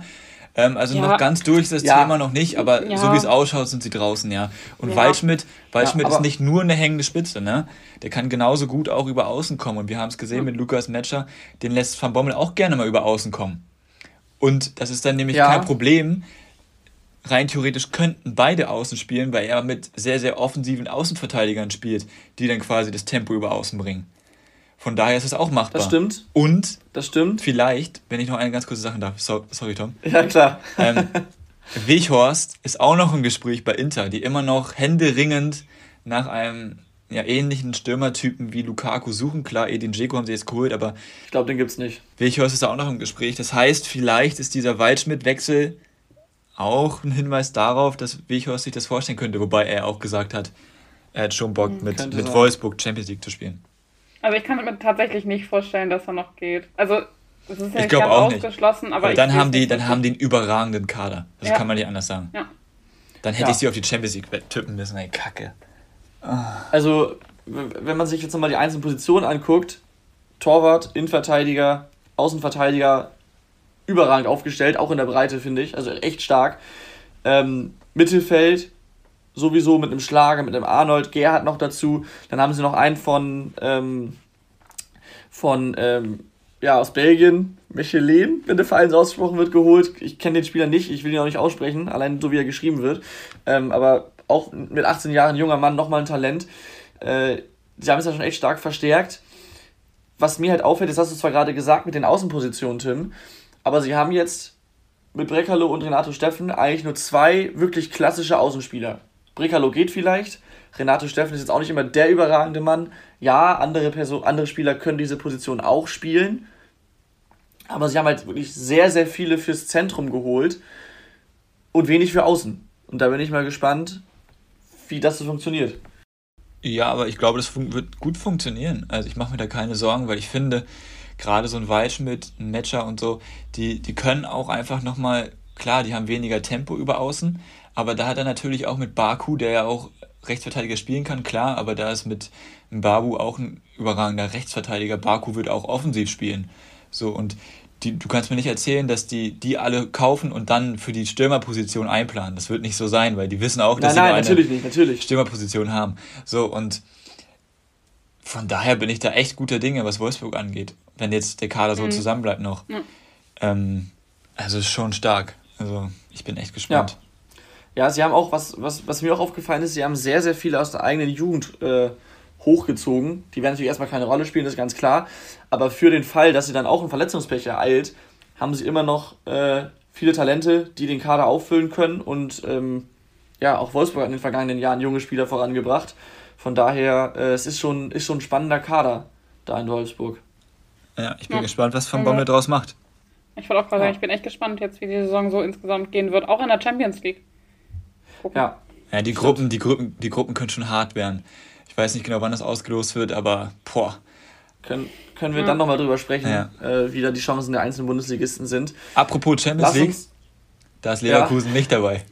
Ähm, also Ja. noch ganz durch ist das Ja. Thema noch nicht, aber Ja. so wie es ausschaut, sind sie draußen, ja. Und Ja. Waldschmidt, Waldschmidt Ja, ist aber- nicht nur eine hängende Spitze, ne? Der kann genauso gut auch über Außen kommen. Und wir haben es gesehen mit Lukas Metscher, den lässt Van Bommel auch gerne mal über Außen kommen. Und das ist dann nämlich Ja. kein Problem. Rein theoretisch könnten beide Außen spielen, weil er mit sehr, sehr offensiven Außenverteidigern spielt, die dann quasi das Tempo über Außen bringen. Von daher ist es auch machbar. Das stimmt. Und Das stimmt. vielleicht, wenn ich noch eine ganz kurze Sache darf, so, sorry Tom, Ja, klar. ähm, Weghorst ist auch noch im Gespräch bei Inter, die immer noch händeringend nach einem ja, ähnlichen Stürmertypen wie Lukaku suchen. Klar, Edin Dzeko haben sie jetzt geholt, aber Ich glaube, den gibt's nicht. Weghorst ist auch noch im Gespräch. Das heißt, vielleicht ist dieser Waldschmidt-Wechsel auch ein Hinweis darauf, dass Weghorst sich das vorstellen könnte, wobei er auch gesagt hat, er hat schon Bock, mit, könnte mit sein. Wolfsburg Champions League zu spielen. Also ich kann mir tatsächlich nicht vorstellen, dass er noch geht. Also es ist ja Ich nicht glaube ganz auch nicht. ausgeschlossen, aber Weil ich dann sehe haben es die, nicht dann wirklich. haben die einen überragenden Kader. Das Ja. kann man nicht anders sagen. Ja. Dann hätte Ja. ich sie auf die Champions League tippen müssen, ey, Kacke. Also, w- wenn man sich jetzt nochmal die einzelnen Positionen anguckt, Torwart, Innenverteidiger, Außenverteidiger, überragend aufgestellt, auch in der Breite, finde ich, also echt stark. Ähm, Mittelfeld, sowieso mit einem Schlager, mit einem Arnold, Gerhard noch dazu. Dann haben sie noch einen von, ähm, von ähm, ja, aus Belgien, Mechelen, wenn der Verein so ausgesprochen wird, geholt. Ich kenne den Spieler nicht, ich will ihn auch nicht aussprechen, allein so wie er geschrieben wird. Ähm, aber auch mit achtzehn Jahren, junger Mann, nochmal ein Talent. Äh, sie haben es ja schon echt stark verstärkt. Was mir halt auffällt, das hast du zwar gerade gesagt mit den Außenpositionen, Tim, aber sie haben jetzt mit Brekalo und Renato Steffen eigentlich nur zwei wirklich klassische Außenspieler. Brekalo geht vielleicht, Renato Steffen ist jetzt auch nicht immer der überragende Mann. Ja, andere, Person, andere Spieler können diese Position auch spielen, aber sie haben halt wirklich sehr, sehr viele fürs Zentrum geholt und wenig für Außen. Und da bin ich mal gespannt, wie das so funktioniert. Ja, aber ich glaube, das fun- wird gut funktionieren. Also ich mache mir da keine Sorgen, weil ich finde, gerade so ein Waldschmidt, ein Matcher und so, die, die können auch einfach nochmal, klar, die haben weniger Tempo über Außen, aber da hat er natürlich auch mit Baku, der ja auch Rechtsverteidiger spielen kann, klar, aber da ist mit Mbabu auch ein überragender Rechtsverteidiger. Baku wird auch offensiv spielen. So, und die, du kannst mir nicht erzählen, dass die die alle kaufen und dann für die Stürmerposition einplanen. Das wird nicht so sein, weil die wissen auch, dass Nein, sie nein, nur eine natürlich nicht, natürlich. Stürmerposition haben. So, und von daher bin ich da echt guter Dinge, was Wolfsburg angeht, wenn jetzt der Kader so zusammenbleibt noch. Ja. Ähm, also ist schon stark. Also ich bin echt gespannt. Ja, sie haben auch, was, was, was mir auch aufgefallen ist, sie haben sehr, sehr viele aus der eigenen Jugend äh, hochgezogen. Die werden natürlich erstmal keine Rolle spielen, das ist ganz klar. Aber für den Fall, dass sie dann auch ein Verletzungspech ereilt, haben sie immer noch äh, viele Talente, die den Kader auffüllen können. Und ähm, ja, auch Wolfsburg hat in den vergangenen Jahren junge Spieler vorangebracht. Von daher, äh, es ist schon, ist schon ein spannender Kader da in Wolfsburg. Ja, ich bin Ja. gespannt, was Van Ja. Bommel draus macht. Ich wollte auch gerade Ja. sagen, ich bin echt gespannt jetzt, wie die Saison so insgesamt gehen wird, auch in der Champions League. Gucken. Ja, Ja, die Gruppen, die Gruppen, die Gruppen können schon hart werden. Ich weiß nicht genau, wann das ausgelost wird, aber boah. können, können wir Ja. dann nochmal drüber sprechen, Ja. äh, wie da die Chancen der einzelnen Bundesligisten sind. Apropos Champions Lass League, uns. da ist Leverkusen nicht dabei.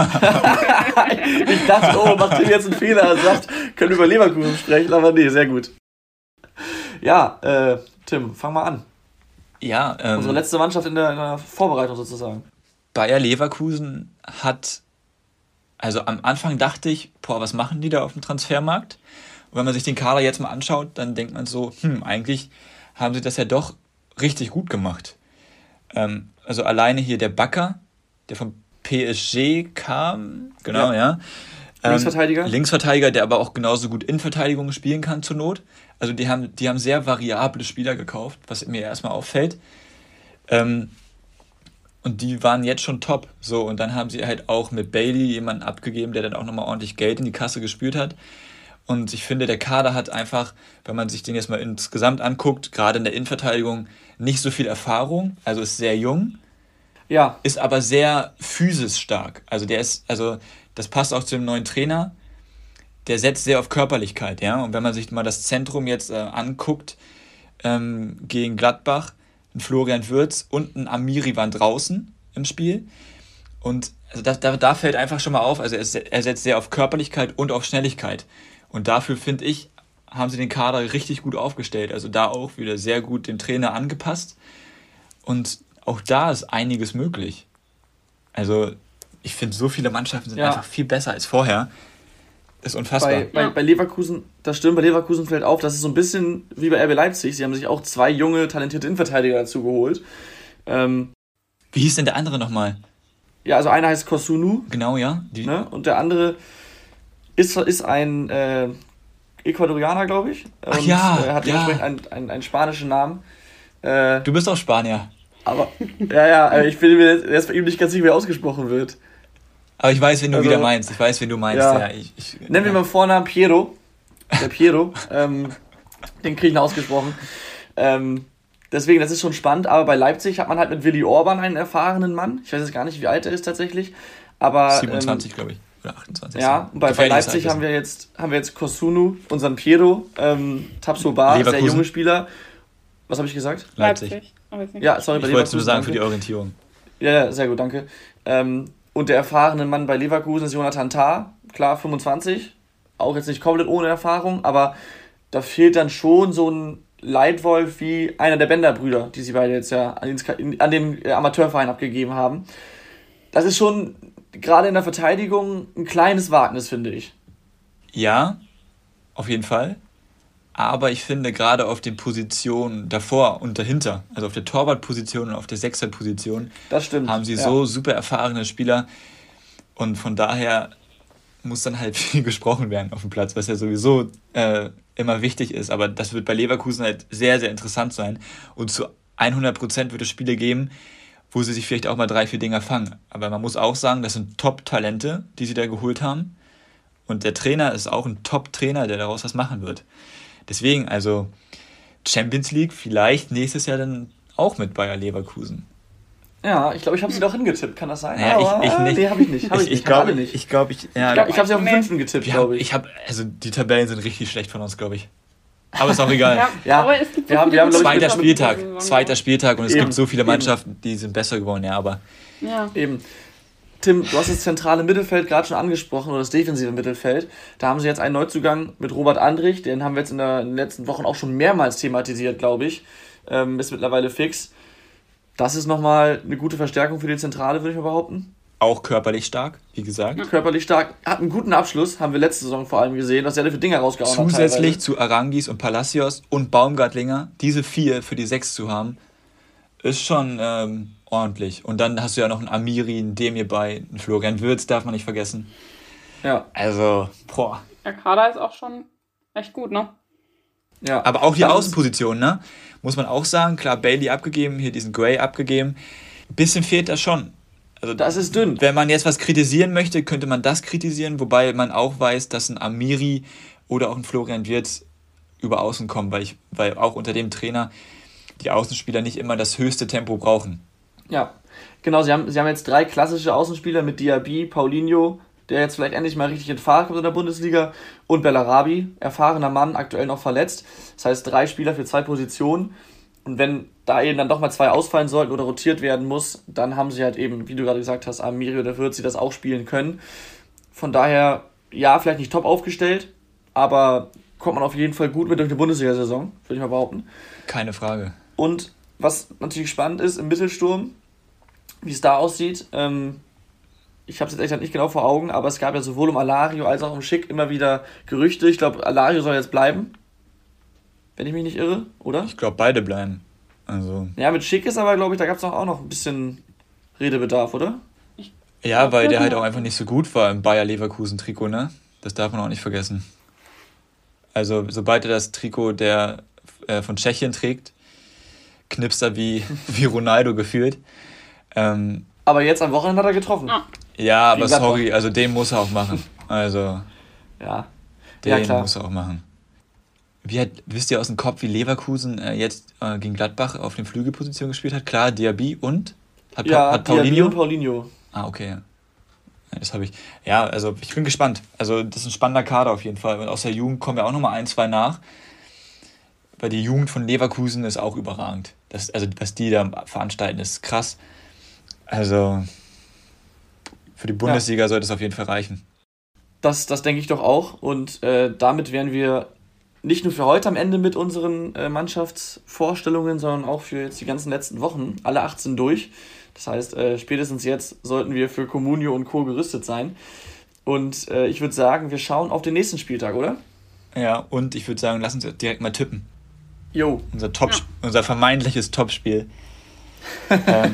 Ich dachte, oh, macht Tim jetzt einen Fehler und sagt, können wir über Leverkusen sprechen, aber nee, sehr gut. Ja, äh, Tim, fang mal an. Ja, ähm, Unsere letzte Mannschaft in der, in der Vorbereitung sozusagen. Bayer Leverkusen hat, also am Anfang dachte ich, boah, was machen die da auf dem Transfermarkt? Und wenn man sich den Kader jetzt mal anschaut, dann denkt man so, hm, eigentlich haben sie das ja doch richtig gut gemacht. Ähm, also alleine hier der Bakker, der vom P S G kam, genau, ja. Ähm, Linksverteidiger? Linksverteidiger, der aber auch genauso gut Innenverteidigung spielen kann zur Not. Also die haben, die haben sehr variable Spieler gekauft, was mir erstmal auffällt. Ähm, und die waren jetzt schon top. So, und dann haben sie halt auch mit Bailey jemanden abgegeben, der dann auch nochmal ordentlich Geld in die Kasse gespült hat. Und ich finde, der Kader hat einfach, wenn man sich den jetzt mal insgesamt anguckt, gerade in der Innenverteidigung, nicht so viel Erfahrung. Also ist sehr jung, Ja, ist aber sehr physisch stark. Also der ist, also das passt auch zu dem neuen Trainer. Der setzt sehr auf Körperlichkeit, ja. Und wenn man sich mal das Zentrum jetzt äh, anguckt, ähm, gegen Gladbach, ein Florian Wirtz und ein Amiri waren draußen im Spiel. Und also da, da, da fällt einfach schon mal auf, also er, er setzt sehr auf Körperlichkeit und auf Schnelligkeit. Und dafür, finde ich, haben sie den Kader richtig gut aufgestellt. Also da auch wieder sehr gut den Trainer angepasst. Und auch da ist einiges möglich. Also ich finde, so viele Mannschaften sind Ja. einfach viel besser als vorher. Das ist unfassbar. Bei, bei, Ja. bei Leverkusen, das stimmt, bei Leverkusen fällt auf, das ist so ein bisschen wie bei R B Leipzig. Sie haben sich auch zwei junge, talentierte Innenverteidiger dazu geholt. Ähm, Wie hieß denn der andere nochmal? ja, also einer heißt Kosunu, Genau, ja? Die, ne? Und der andere ist, ist ein äh, Ecuadorianer, glaube ich. Ach und, ja, äh, hat ja. dementsprechend einen, einen, einen spanischen Namen. Äh, Du bist auch Spanier. aber, ja, ja, äh, ich bin mir jetzt bei ihm nicht ganz sicher, wie er ausgesprochen wird. Aber ich weiß, wen du Also, wieder meinst. Ich weiß, wen du meinst. ja. Ja. ich, ich, Nennen wir mal Vornamen Piero. Der Piero. ähm, den kriege ich noch ausgesprochen. Ähm, deswegen, das ist schon spannend. Aber bei Leipzig hat man halt mit Willi Orban einen erfahrenen Mann. Ich weiß jetzt gar nicht, wie alt er ist tatsächlich. Aber siebenundzwanzig, ähm, glaube ich. Oder achtundzwanzig. ja, und bei, bei Gefährliches Leipzig Halbwissen. haben wir jetzt haben wir jetzt Kosunu, unseren Piero, ähm, Tabsoba, sehr Leverkusen. junge Spieler. Was habe ich gesagt? Leipzig. Aber jetzt nicht. Ja, sorry, bei Ich wollte es nur Leverkusen. sagen für danke. die Orientierung. Ja, ja, sehr gut, danke. Ähm, und der erfahrene Mann bei Leverkusen ist Jonathan Tah, klar fünfundzwanzig, auch jetzt nicht komplett ohne Erfahrung, aber da fehlt dann schon so ein Leitwolf wie einer der Bender-Brüder, die sie beide jetzt ja an den, Ska- an den äh, Amateurverein abgegeben haben. Das ist schon gerade in der Verteidigung ein kleines Wagnis, finde ich. Ja, auf jeden Fall. Aber ich finde, gerade auf den Positionen davor und dahinter, also auf der Torwartposition und auf der Sechserposition, Das stimmt. haben sie ja. so super erfahrene Spieler. Und von daher muss dann halt viel gesprochen werden auf dem Platz, was ja sowieso äh, immer wichtig ist. Aber das wird bei Leverkusen halt sehr, sehr interessant sein. Und zu hundert Prozent wird es Spiele geben, wo sie sich vielleicht auch mal drei, vier Dinger fangen. Aber man muss auch sagen, das sind Top-Talente, die sie da geholt haben. Und der Trainer ist auch ein Top-Trainer, der daraus was machen wird. Deswegen, also Champions League vielleicht nächstes Jahr dann auch mit Bayer Leverkusen. Ja, ich glaube, ich habe sie doch hingetippt, kann das sein? Naja, Aber, ich, ich nicht. Nee, habe ich nicht. Hab ich, ich, nicht. ich glaube alle nicht. ich, glaub, ich, ja, Ich glaube, ich habe sie auf den Nee. fünften getippt, wir haben, glaube ich. ich habe, also die Tabellen sind richtig schlecht von uns, glaube ich. Aber ist auch egal. Ja, Ja, aber es gibt so wir haben- viele wir haben, glaub ich, gute Zweiter mit- Spieltag, Saison. zweiter Spieltag und es Eben, gibt so viele eben. Mannschaften, die sind besser geworden, ja, aber Ja. Eben. Tim, du hast das zentrale Mittelfeld gerade schon angesprochen, oder das defensive Mittelfeld. Da haben sie jetzt einen Neuzugang mit Robert Andrich, den haben wir jetzt in, der, in den letzten Wochen auch schon mehrmals thematisiert, glaube ich. Ähm, ist mittlerweile fix. Das ist nochmal eine gute Verstärkung für die Zentrale, würde ich mal behaupten. auch körperlich stark, wie gesagt. Körperlich stark, hat einen guten Abschluss, haben wir letzte Saison vor allem gesehen, dass er da für Dinger rausgehauen hat. Zusätzlich teilweise. zu Arangis und Palacios und Baumgartlinger, diese vier für die sechs zu haben, ist schon ähm, ordentlich. Und dann hast du ja noch einen Amiri, einen Demir bei, einen Florian Wirtz, darf man nicht vergessen. Ja, Also, boah. Der Kader ist auch schon echt gut, ne? ja. Aber auch die Das ist- Außenposition, ne? Muss man auch sagen, klar, Bailey abgegeben, hier diesen Gray abgegeben. Ein bisschen fehlt das schon. Also, Das ist dünn. wenn man jetzt was kritisieren möchte, könnte man das kritisieren, wobei man auch weiß, dass ein Amiri oder auch ein Florian Wirtz über Außen kommen, weil, ich, weil auch unter dem Trainer die Außenspieler nicht immer das höchste Tempo brauchen. Ja, genau, sie haben, sie haben jetzt drei klassische Außenspieler mit Diaby, Paulinho, der jetzt vielleicht endlich mal richtig in Fahrt kommt in der Bundesliga, und Bellarabi, erfahrener Mann, aktuell noch verletzt. Das heißt, drei Spieler für zwei Positionen. Und wenn da eben dann doch mal zwei ausfallen sollten oder rotiert werden muss, dann haben sie halt eben, wie du gerade gesagt hast, Amiri oder Wirtz, die das auch spielen können. Von daher, ja, vielleicht nicht top aufgestellt, aber kommt man auf jeden Fall gut mit durch eine Bundesliga-Saison, würde ich mal behaupten. Keine Frage. Und was natürlich spannend ist im Mittelsturm, wie es da aussieht, ähm, ich habe es jetzt echt nicht genau vor Augen, aber es gab ja sowohl um Alario als auch um Schick immer wieder Gerüchte. Ich glaube, Alario soll jetzt bleiben, wenn ich mich nicht irre, oder? Ich glaube, beide bleiben. Also, Ja, mit Schick ist aber, glaube ich, da gab es auch noch ein bisschen Redebedarf, oder? ja, weil der Ja. halt auch einfach nicht so gut war im Bayer Leverkusen-Trikot, ne? Das darf man auch nicht vergessen. Also, sobald er das Trikot der äh, von Tschechien trägt, knipst er wie, wie Ronaldo gefühlt. Ähm, Aber jetzt am Wochenende hat er getroffen. Ja. ja, aber Gegen Gladbach. sorry, also den muss er auch machen. Also, Ja, den ja klar. muss er auch machen. Wie hat, wisst ihr aus dem Kopf, wie Leverkusen äh, jetzt äh, gegen Gladbach auf den Flügelposition gespielt hat? Klar, Diaby und? Hat, Pa- Ja, hat Diaby Paulinho? und Paulinho. Ah, okay. Ja, das habe ich. Ja, also ich bin gespannt. Also das ist ein spannender Kader auf jeden Fall. Und aus der Jugend kommen ja auch nochmal ein, zwei nach. Weil die Jugend von Leverkusen ist auch überragend. Das, also was die da veranstalten, ist krass. Also für die Bundesliga sollte es auf jeden Fall reichen. Das, das denke ich doch auch. Und äh, damit wären wir nicht nur für heute am Ende mit unseren äh, Mannschaftsvorstellungen, sondern auch für jetzt die ganzen letzten Wochen, alle achtzehn durch. Das heißt, äh, spätestens jetzt sollten wir für Comunio und Co. gerüstet sein. Und äh, ich würde sagen, wir schauen auf den nächsten Spieltag, oder? Ja, und ich würde sagen, lass uns direkt mal tippen. Jo. Unser, Top, Ja. unser vermeintliches Topspiel. ähm,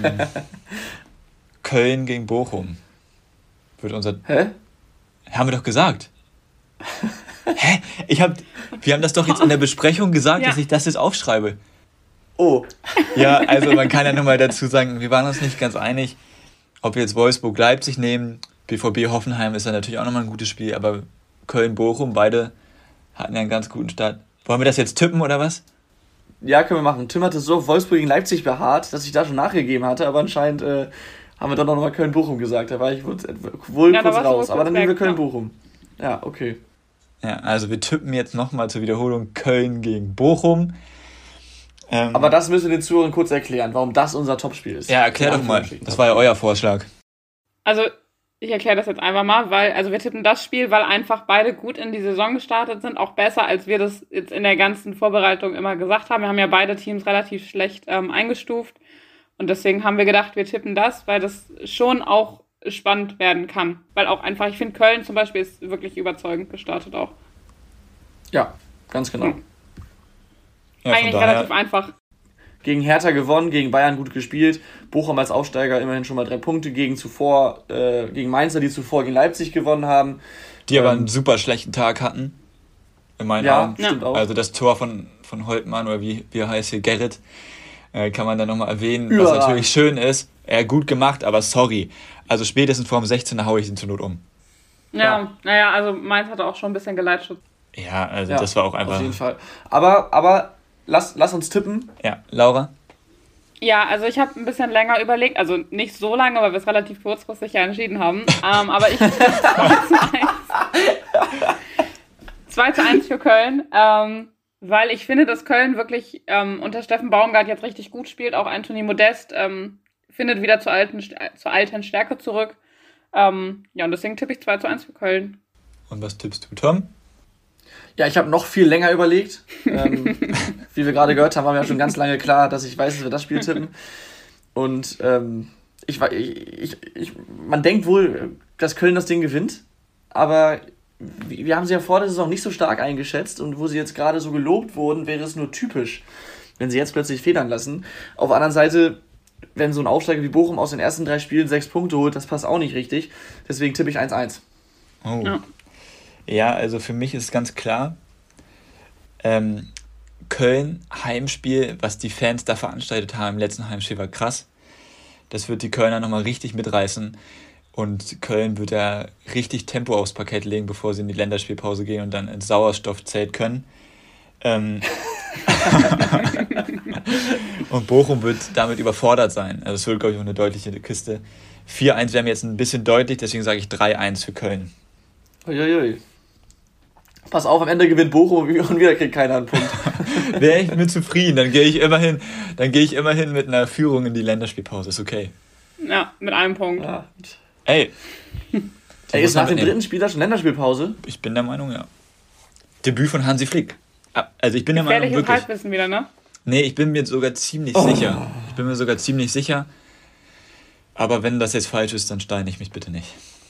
Köln gegen Bochum. Wird unser. Hä? Haben wir doch gesagt. Hä? Ich hab, wir haben das doch jetzt in der Besprechung gesagt, Ja. dass ich das jetzt aufschreibe. Oh. Ja, also man kann ja nochmal dazu sagen, wir waren uns nicht ganz einig, ob wir jetzt Wolfsburg-Leipzig nehmen. B V B-Hoffenheim ist ja natürlich auch nochmal ein gutes Spiel, aber Köln-Bochum, beide hatten ja einen ganz guten Start. Wollen wir das jetzt tippen oder was? Ja, können wir machen. Tim hatte so auf Wolfsburg gegen Leipzig beharrt, dass ich da schon nachgegeben hatte, aber anscheinend äh, haben wir dann noch mal Köln-Bochum gesagt. Da war ich wohl, wohl Ja, da kurz warst du wohl raus. kurz Aber dann nehmen wir weg, ja. Köln-Bochum. Ja, okay. Ja, also wir tippen jetzt nochmal zur Wiederholung Köln gegen Bochum. Ähm, Aber das müssen wir den Zuhörern kurz erklären, warum das unser Topspiel ist. ja, erklär In doch mal. Anführungsstrichen. Das war ja euer Vorschlag. Also, ich erkläre das jetzt einfach mal, weil, also wir tippen das Spiel, weil einfach beide gut in die Saison gestartet sind, auch besser, als wir das jetzt in der ganzen Vorbereitung immer gesagt haben. Wir haben ja beide Teams relativ schlecht ähm, eingestuft und deswegen haben wir gedacht, wir tippen das, weil das schon auch spannend werden kann. Weil auch einfach, ich finde Köln zum Beispiel ist wirklich überzeugend gestartet auch. Ja, ganz genau. Hm. Ja, von Eigentlich daher, relativ einfach. Gegen Hertha gewonnen, gegen Bayern gut gespielt. Bochum als Aufsteiger immerhin schon mal drei Punkte gegen zuvor, äh, gegen Mainzer, die zuvor gegen Leipzig gewonnen haben. die aber ähm, einen super schlechten Tag hatten. In meinen Ja, Augen. stimmt auch. Also das Tor von, von Holtmann oder wie, wie er heißt hier, Gerrit, äh, kann man dann nochmal erwähnen, was Überragend. natürlich schön ist. Er gut gemacht, aber sorry. Also spätestens vor dem sechzehner haue ich ihn zur Not um. Ja, Ja. naja, also Mainz hatte auch schon ein bisschen Geleitschutz. Ja, also Ja, das war auch einfach. Auf jeden Fall. Aber, aber lass, lass uns tippen. Ja, Laura? Ja, also ich habe ein bisschen länger überlegt, also nicht so lange, weil wir es relativ kurzfristig ja entschieden haben, ähm, aber ich zwei zu eins für Köln, ähm, weil ich finde, dass Köln wirklich ähm, unter Steffen Baumgart jetzt richtig gut spielt, auch Anthony Modest ähm, findet wieder zur alten, zur alten Stärke zurück. Ähm, ja, und deswegen tippe ich zwei zu eins für Köln. Und was tippst du, Tom? Ja, ich habe noch viel länger überlegt. Ähm, wie wir gerade gehört haben, war mir ja schon ganz lange klar, dass ich weiß, dass wir das Spiel tippen. Und ähm, ich, wa- ich, ich, ich, man denkt wohl, dass Köln das Ding gewinnt, aber wir wir haben sie ja vor der Saison nicht so stark eingeschätzt und wo sie jetzt gerade so gelobt wurden, wäre es nur typisch, wenn sie jetzt plötzlich federn lassen. Auf der anderen Seite, wenn so ein Aufsteiger wie Bochum aus den ersten drei Spielen sechs Punkte holt, das passt auch nicht richtig. Deswegen tippe ich eins eins. Oh. Ja. Ja, also für mich ist ganz klar, ähm, Köln, Heimspiel, was die Fans da veranstaltet haben im letzten Heimspiel, war krass. Das wird die Kölner nochmal richtig mitreißen. Und Köln wird da richtig Tempo aufs Parkett legen, bevor sie in die Länderspielpause gehen und dann ins Sauerstoffzelt können. Ähm und Bochum wird damit überfordert sein. Also es wird, glaube ich, auch eine deutliche Kiste. vier eins wäre mir jetzt ein bisschen deutlich, deswegen sage ich drei eins für Köln. Uiuiui. Pass auf, am Ende gewinnt Bochum und wieder kriegt keiner einen Punkt. Wäre ich mit zufrieden, dann gehe ich immerhin, dann gehe ich immerhin mit einer Führung in die Länderspielpause, ist okay. Ja, mit einem Punkt. Ja. Ey, Ey, muss ist nach man dem mitnehmen. dritten Spieltag schon Länderspielpause? Ich bin der Meinung, ja. Debüt von Hansi Flick. Ah, Also ich bin der Meinung, Gefährliches wirklich. Halbwissen wieder, ne? Nee, ich bin mir sogar ziemlich Oh. sicher. Ich bin mir sogar ziemlich sicher. Aber wenn das jetzt falsch ist, dann steine ich mich bitte nicht.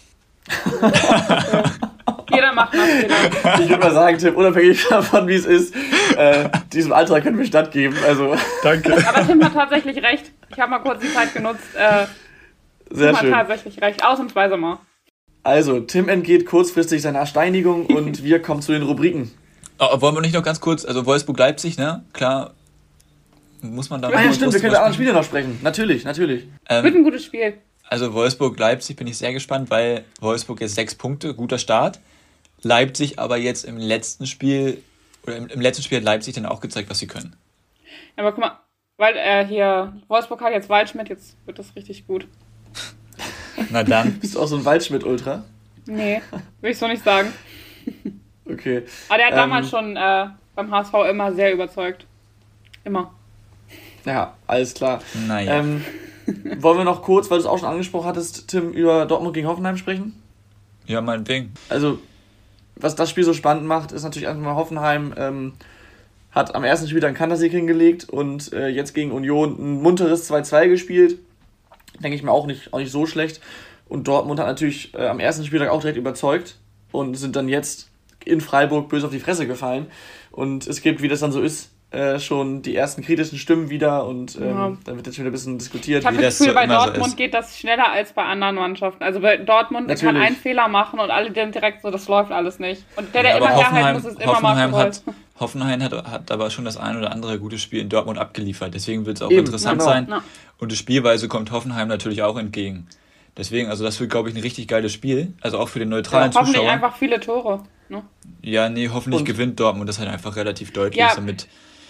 Jeder macht mal Fehler. Ich würde mal sagen, Tim, unabhängig davon, wie es ist, äh, diesem Alter können wir stattgeben. Also, Danke. Aber Tim hat tatsächlich recht. Ich habe mal kurz die Zeit genutzt. Äh, sehr Tim hat schön. tatsächlich recht. Ausnahmsweise mal. Also, Tim entgeht kurzfristig seiner Steinigung und wir kommen zu den Rubriken. Oh, wollen wir nicht noch ganz kurz, also Wolfsburg-Leipzig, ne? Klar, muss man da Ah noch ja, mal stimmt, kurz wir können drüber die anderen sprechen. Spiele noch sprechen. Natürlich, natürlich. Wird Ähm, ein gutes Spiel. also Wolfsburg-Leipzig bin ich sehr gespannt, weil Wolfsburg jetzt sechs Punkte, guter Start. Leipzig aber jetzt im letzten Spiel, oder im, im letzten Spiel hat Leipzig dann auch gezeigt, was sie können. Aber guck mal, weil äh, hier Wolfsburg hat jetzt Waldschmidt, jetzt wird das richtig gut. Na dann. Bist du auch so ein Waldschmidt-Ultra? Nee, will ich so nicht sagen. Okay. Aber der hat Ähm, damals schon äh, beim H S V immer sehr überzeugt. Immer. Ja, alles klar. Naja. Ähm, wollen wir noch kurz, weil du es auch schon angesprochen hattest, Tim, über Dortmund gegen Hoffenheim sprechen? Ja, meinetwegen. Also, was das Spiel so spannend macht, ist natürlich einfach mal Hoffenheim ähm, hat am ersten Spieltag einen Kantersieg hingelegt und äh, jetzt gegen Union ein munteres zwei zwei gespielt. Denke ich mir auch nicht, auch nicht so schlecht. Und Dortmund hat natürlich äh, am ersten Spieltag auch direkt überzeugt und sind dann jetzt in Freiburg böse auf die Fresse gefallen. Und es gibt, wie das dann so ist, äh, schon die ersten kritischen Stimmen wieder und ähm, ja. dann wird jetzt wieder ein bisschen diskutiert. Ich habe das Gefühl, bei Dortmund so geht das schneller als bei anderen Mannschaften. Also bei Dortmund natürlich. Kann einen Fehler machen und alle dann direkt so, das läuft alles nicht. Und der, der ja, immer herhält, muss es immer Hoffenheim machen. Hat, Hoffenheim hat, hat aber schon das ein oder andere gute Spiel in Dortmund abgeliefert. Deswegen wird es auch Eben, interessant genau. sein. Ja. Und die Spielweise kommt Hoffenheim natürlich auch entgegen. Deswegen, also das wird, glaube ich, ein richtig geiles Spiel. Also auch für den neutralen ja, hoffentlich Zuschauer. Hoffentlich einfach viele Tore. Ne? Ja, nee, hoffentlich und gewinnt Dortmund. Das halt einfach relativ deutlich, ja. damit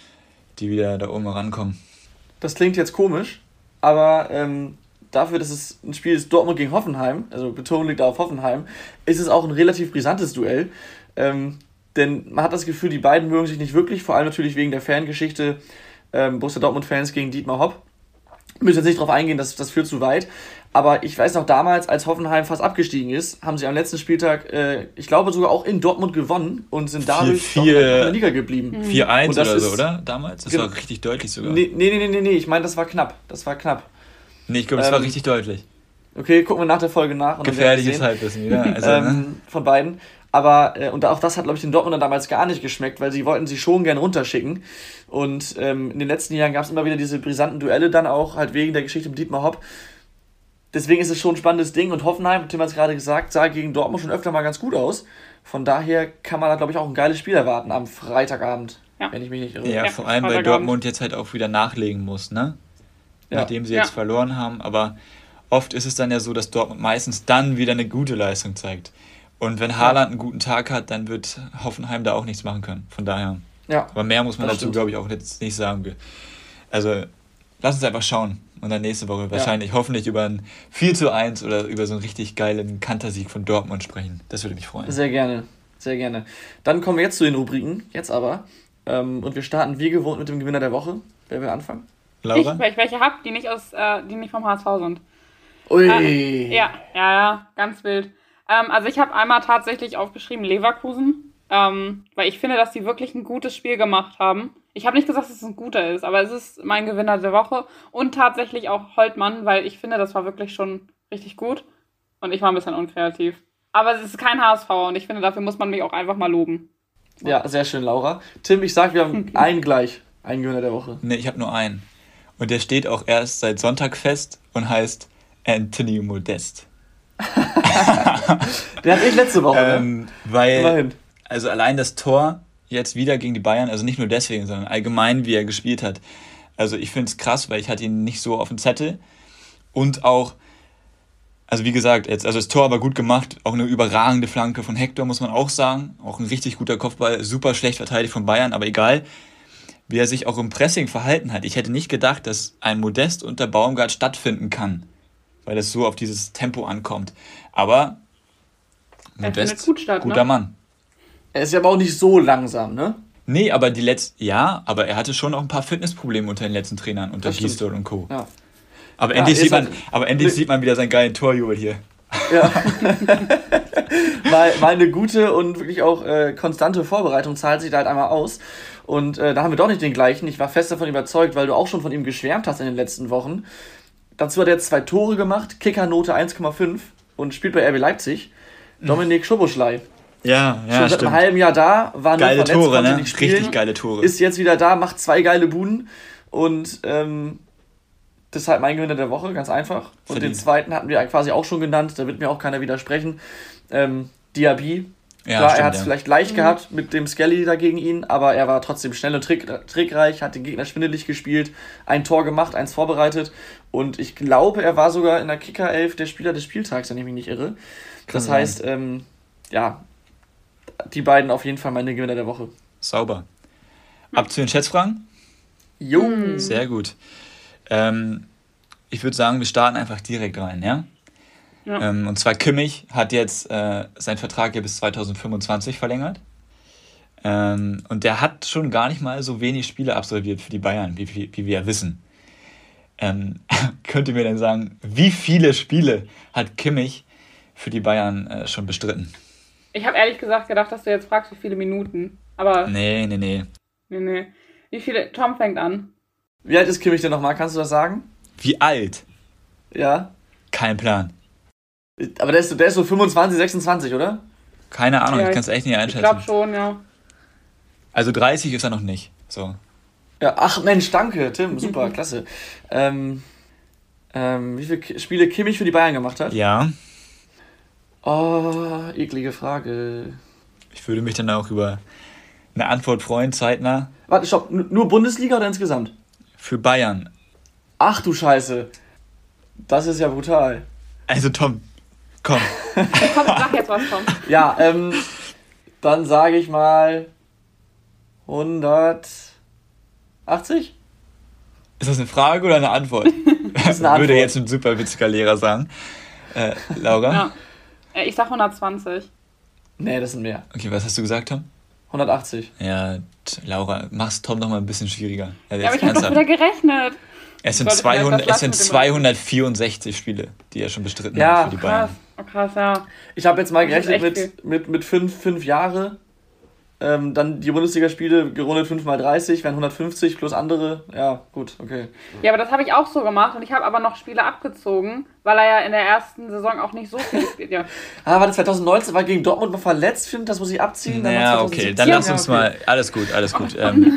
die wieder da oben rankommen. Das klingt jetzt komisch, aber ähm, dafür, dass es ein Spiel ist Dortmund gegen Hoffenheim, also Betonung liegt auf Hoffenheim, ist es auch ein relativ brisantes Duell. Ähm, denn man hat das Gefühl, die beiden mögen sich nicht wirklich, vor allem natürlich wegen der Fangeschichte ähm, Borussia Dortmund-Fans gegen Dietmar Hopp. Ich müssen jetzt nicht darauf eingehen, das, das führt zu weit. Aber ich weiß noch, damals, als Hoffenheim fast abgestiegen ist, haben sie am letzten Spieltag, äh, ich glaube sogar auch in Dortmund gewonnen und sind dadurch vier, vier, in der Liga geblieben. vier eins oder so, oder? Damals? Das war richtig deutlich sogar. Nee, nee, nee, nee, nee. Ich meine, das war knapp. Das war knapp. Nee, ich glaube, das ähm, war richtig deutlich. Okay, gucken wir nach der Folge nach. Und gefährliches Halbwissen wieder. Also, ähm, ne? Von beiden. Aber, äh, und auch das hat, glaube ich, den Dortmundern damals gar nicht geschmeckt, weil sie wollten sie schon gern runterschicken. Und ähm, in den letzten Jahren gab es immer wieder diese brisanten Duelle dann auch, halt wegen der Geschichte mit Dietmar Hopp. Deswegen ist es schon ein spannendes Ding. Und Hoffenheim, Tim hat es gerade gesagt, sah gegen Dortmund schon öfter mal ganz gut aus. Von daher kann man da, glaube ich, auch ein geiles Spiel erwarten am Freitagabend, ja. wenn ich mich nicht irre. Ja, vor allem, weil Dortmund jetzt halt auch wieder nachlegen muss, ne? Ja. Nachdem sie jetzt ja. verloren haben. Aber oft ist es dann ja so, dass Dortmund meistens dann wieder eine gute Leistung zeigt. Und wenn Haaland einen guten Tag hat, dann wird Hoffenheim da auch nichts machen können. Von daher. Ja, aber mehr muss man dazu, glaube ich, auch jetzt nicht sagen. Also, lass uns einfach schauen. Und dann nächste Woche wahrscheinlich, ja. hoffentlich über ein vier zu eins oder über so einen richtig geilen Kantersieg von Dortmund sprechen. Das würde mich freuen. Sehr gerne, sehr gerne. Dann kommen wir jetzt zu den Rubriken, jetzt aber. Ähm, und wir starten wie gewohnt mit dem Gewinner der Woche. Wer will anfangen? Laura? Ich, weil ich welche habe, die nicht aus, äh, die nicht vom H S V sind. Ui. Äh, ja, ja, ja, ganz wild. Ähm, also ich habe einmal tatsächlich aufgeschrieben Leverkusen, ähm, weil ich finde, dass die wirklich ein gutes Spiel gemacht haben. Ich habe nicht gesagt, dass es ein guter ist, aber es ist mein Gewinner der Woche. Und tatsächlich auch Holtmann, weil ich finde, das war wirklich schon richtig gut. Und ich war ein bisschen unkreativ. Aber es ist kein H S V und ich finde, dafür muss man mich auch einfach mal loben. So. Ja, sehr schön, Laura. Tim, ich sag, wir haben einen gleich. Einen Gewinner der Woche. Nee, ich habe nur einen. Und der steht auch erst seit Sonntag fest und heißt Anthony Modest. Der hatte ich letzte Woche, ähm, ne? Weil, Immerhin. also allein das Tor jetzt wieder gegen die Bayern, also nicht nur deswegen, sondern allgemein, wie er gespielt hat. Also ich finde es krass, weil ich hatte ihn nicht so auf dem Zettel. Und auch, also wie gesagt, jetzt, also das Tor war gut gemacht, auch eine überragende Flanke von Hector, muss man auch sagen. Auch ein richtig guter Kopfball, super schlecht verteidigt von Bayern, aber egal, wie er sich auch im Pressing verhalten hat. Ich hätte nicht gedacht, dass ein Modest unter Baumgart stattfinden kann, weil das so auf dieses Tempo ankommt. Aber Modest, gut statt, guter ne? Mann. Er ist ja aber auch nicht so langsam, ne? Nee, aber die letzten, ja, aber er hatte schon auch ein paar Fitnessprobleme unter den letzten Trainern, unter Gisdol und Co. Ja. Aber, ja, endlich sieht man, halt, aber endlich ne, sieht man wieder seinen geilen Torjubel hier. Ja. mal, mal eine gute und wirklich auch äh, konstante Vorbereitung zahlt sich da halt einmal aus. Und äh, da haben wir doch nicht den gleichen. Ich war fest davon überzeugt, weil du auch schon von ihm geschwärmt hast in den letzten Wochen. Dazu hat er jetzt zwei Tore gemacht, Kickernote eins Komma fünf und spielt bei R B Leipzig. Dominik Szoboszlai. Ja, ja, schon seit stimmt. einem halben Jahr da, war nur geile verletzt, Tore, konnte ne? nicht spielen. Richtig geile Tore. Ist jetzt wieder da, macht zwei geile Buden und ähm, deshalb mein Gewinner der Woche, ganz einfach. Und Verdient. Den zweiten hatten wir quasi auch schon genannt, da wird mir auch keiner widersprechen. Ähm, Diaby. Ja, Klar, stimmt, er hat es ja. vielleicht leicht mhm. gehabt mit dem Skelly da gegen ihn, aber er war trotzdem schnell und trick, trickreich, hat den Gegner schwindelig gespielt, ein Tor gemacht, eins vorbereitet und ich glaube, er war sogar in der Kicker-Elf der Spieler des Spieltags, wenn ich mich nicht irre. Das Kann heißt, ähm, ja, die beiden auf jeden Fall meine Gewinner der Woche. Sauber. Ab zu den Schätzfragen? Jo. Sehr gut. Ähm, ich würde sagen, wir starten einfach direkt rein, ja? Ja. Ähm, und zwar Kimmich hat jetzt äh, seinen Vertrag ja bis zwanzig fünfundzwanzig verlängert. Ähm, und der hat schon gar nicht mal so wenig Spiele absolviert für die Bayern, wie, wie, wie wir ja wissen. Ähm, könnt ihr mir denn sagen, wie viele Spiele hat Kimmich für die Bayern äh, schon bestritten? Ich habe ehrlich gesagt gedacht, dass du jetzt fragst, wie viele Minuten. Aber. Nee, nee, nee. Nee, nee. Wie viele. Tom fängt an. Wie alt ist Kimmich denn nochmal? Kannst du das sagen? Wie alt? Ja. Kein Plan. Aber der ist, so- der ist so fünfundzwanzig, sechsundzwanzig, oder? Keine Ahnung, Ja, ich kann es echt nicht Ich einschätzen. glaube schon, ja. Also dreißig ist er noch nicht. So. Ja, ach Mensch, danke, Tim, super, klasse. Ähm, ähm, wie viele Ki- Spiele Kimmich für die Bayern gemacht hat? Ja. Oh, eklige Frage. Ich würde mich dann auch über eine Antwort freuen, zeitnah. Warte, stopp, n- nur Bundesliga oder insgesamt? Für Bayern. Ach du Scheiße. Das ist ja brutal. Also Tom, komm. Komm, sag jetzt was, Tom. Ja, ähm, dann sage ich mal hundertachtzig? Ist das eine Frage oder eine Antwort? Das ist eine Würde Antwort. jetzt ein super witziger Lehrer sagen. Äh, Laura? Ja. Äh, Ich sag hundertzwanzig. Nee, das sind mehr. Okay, was hast du gesagt, Tom? hundertachtzig. Ja, t- Laura, mach's Tom doch mal ein bisschen schwieriger. Also Ja, aber jetzt ich habe doch ernsthaft. wieder gerechnet. Es sind, sollte vielleicht zweihundert, das es sind lassen mit dem zweihundertvierundsechzig Spiele, die er schon bestritten Ja, hat für die Bayern. Krass. Oh, krass, ja. Ich habe jetzt mal Das ist gerechnet echt mit, mit, mit fünf, fünf Jahre. Ähm, dann die Bundesligaspiele gerundet fünf mal dreißig, wären hundertfünfzig plus andere. Ja, gut, okay. Ja, aber das habe ich auch so gemacht und ich habe aber noch Spiele abgezogen, weil er ja in der ersten Saison auch nicht so viel gespielt hat. Ja. Ah, warte, zwanzig neunzehn war gegen Dortmund noch verletzt, finde das muss ich abziehen. Dann Naja, war okay, zwanzig siebzehn. dann lass Ja, uns okay. mal. Alles gut, alles gut. Ähm,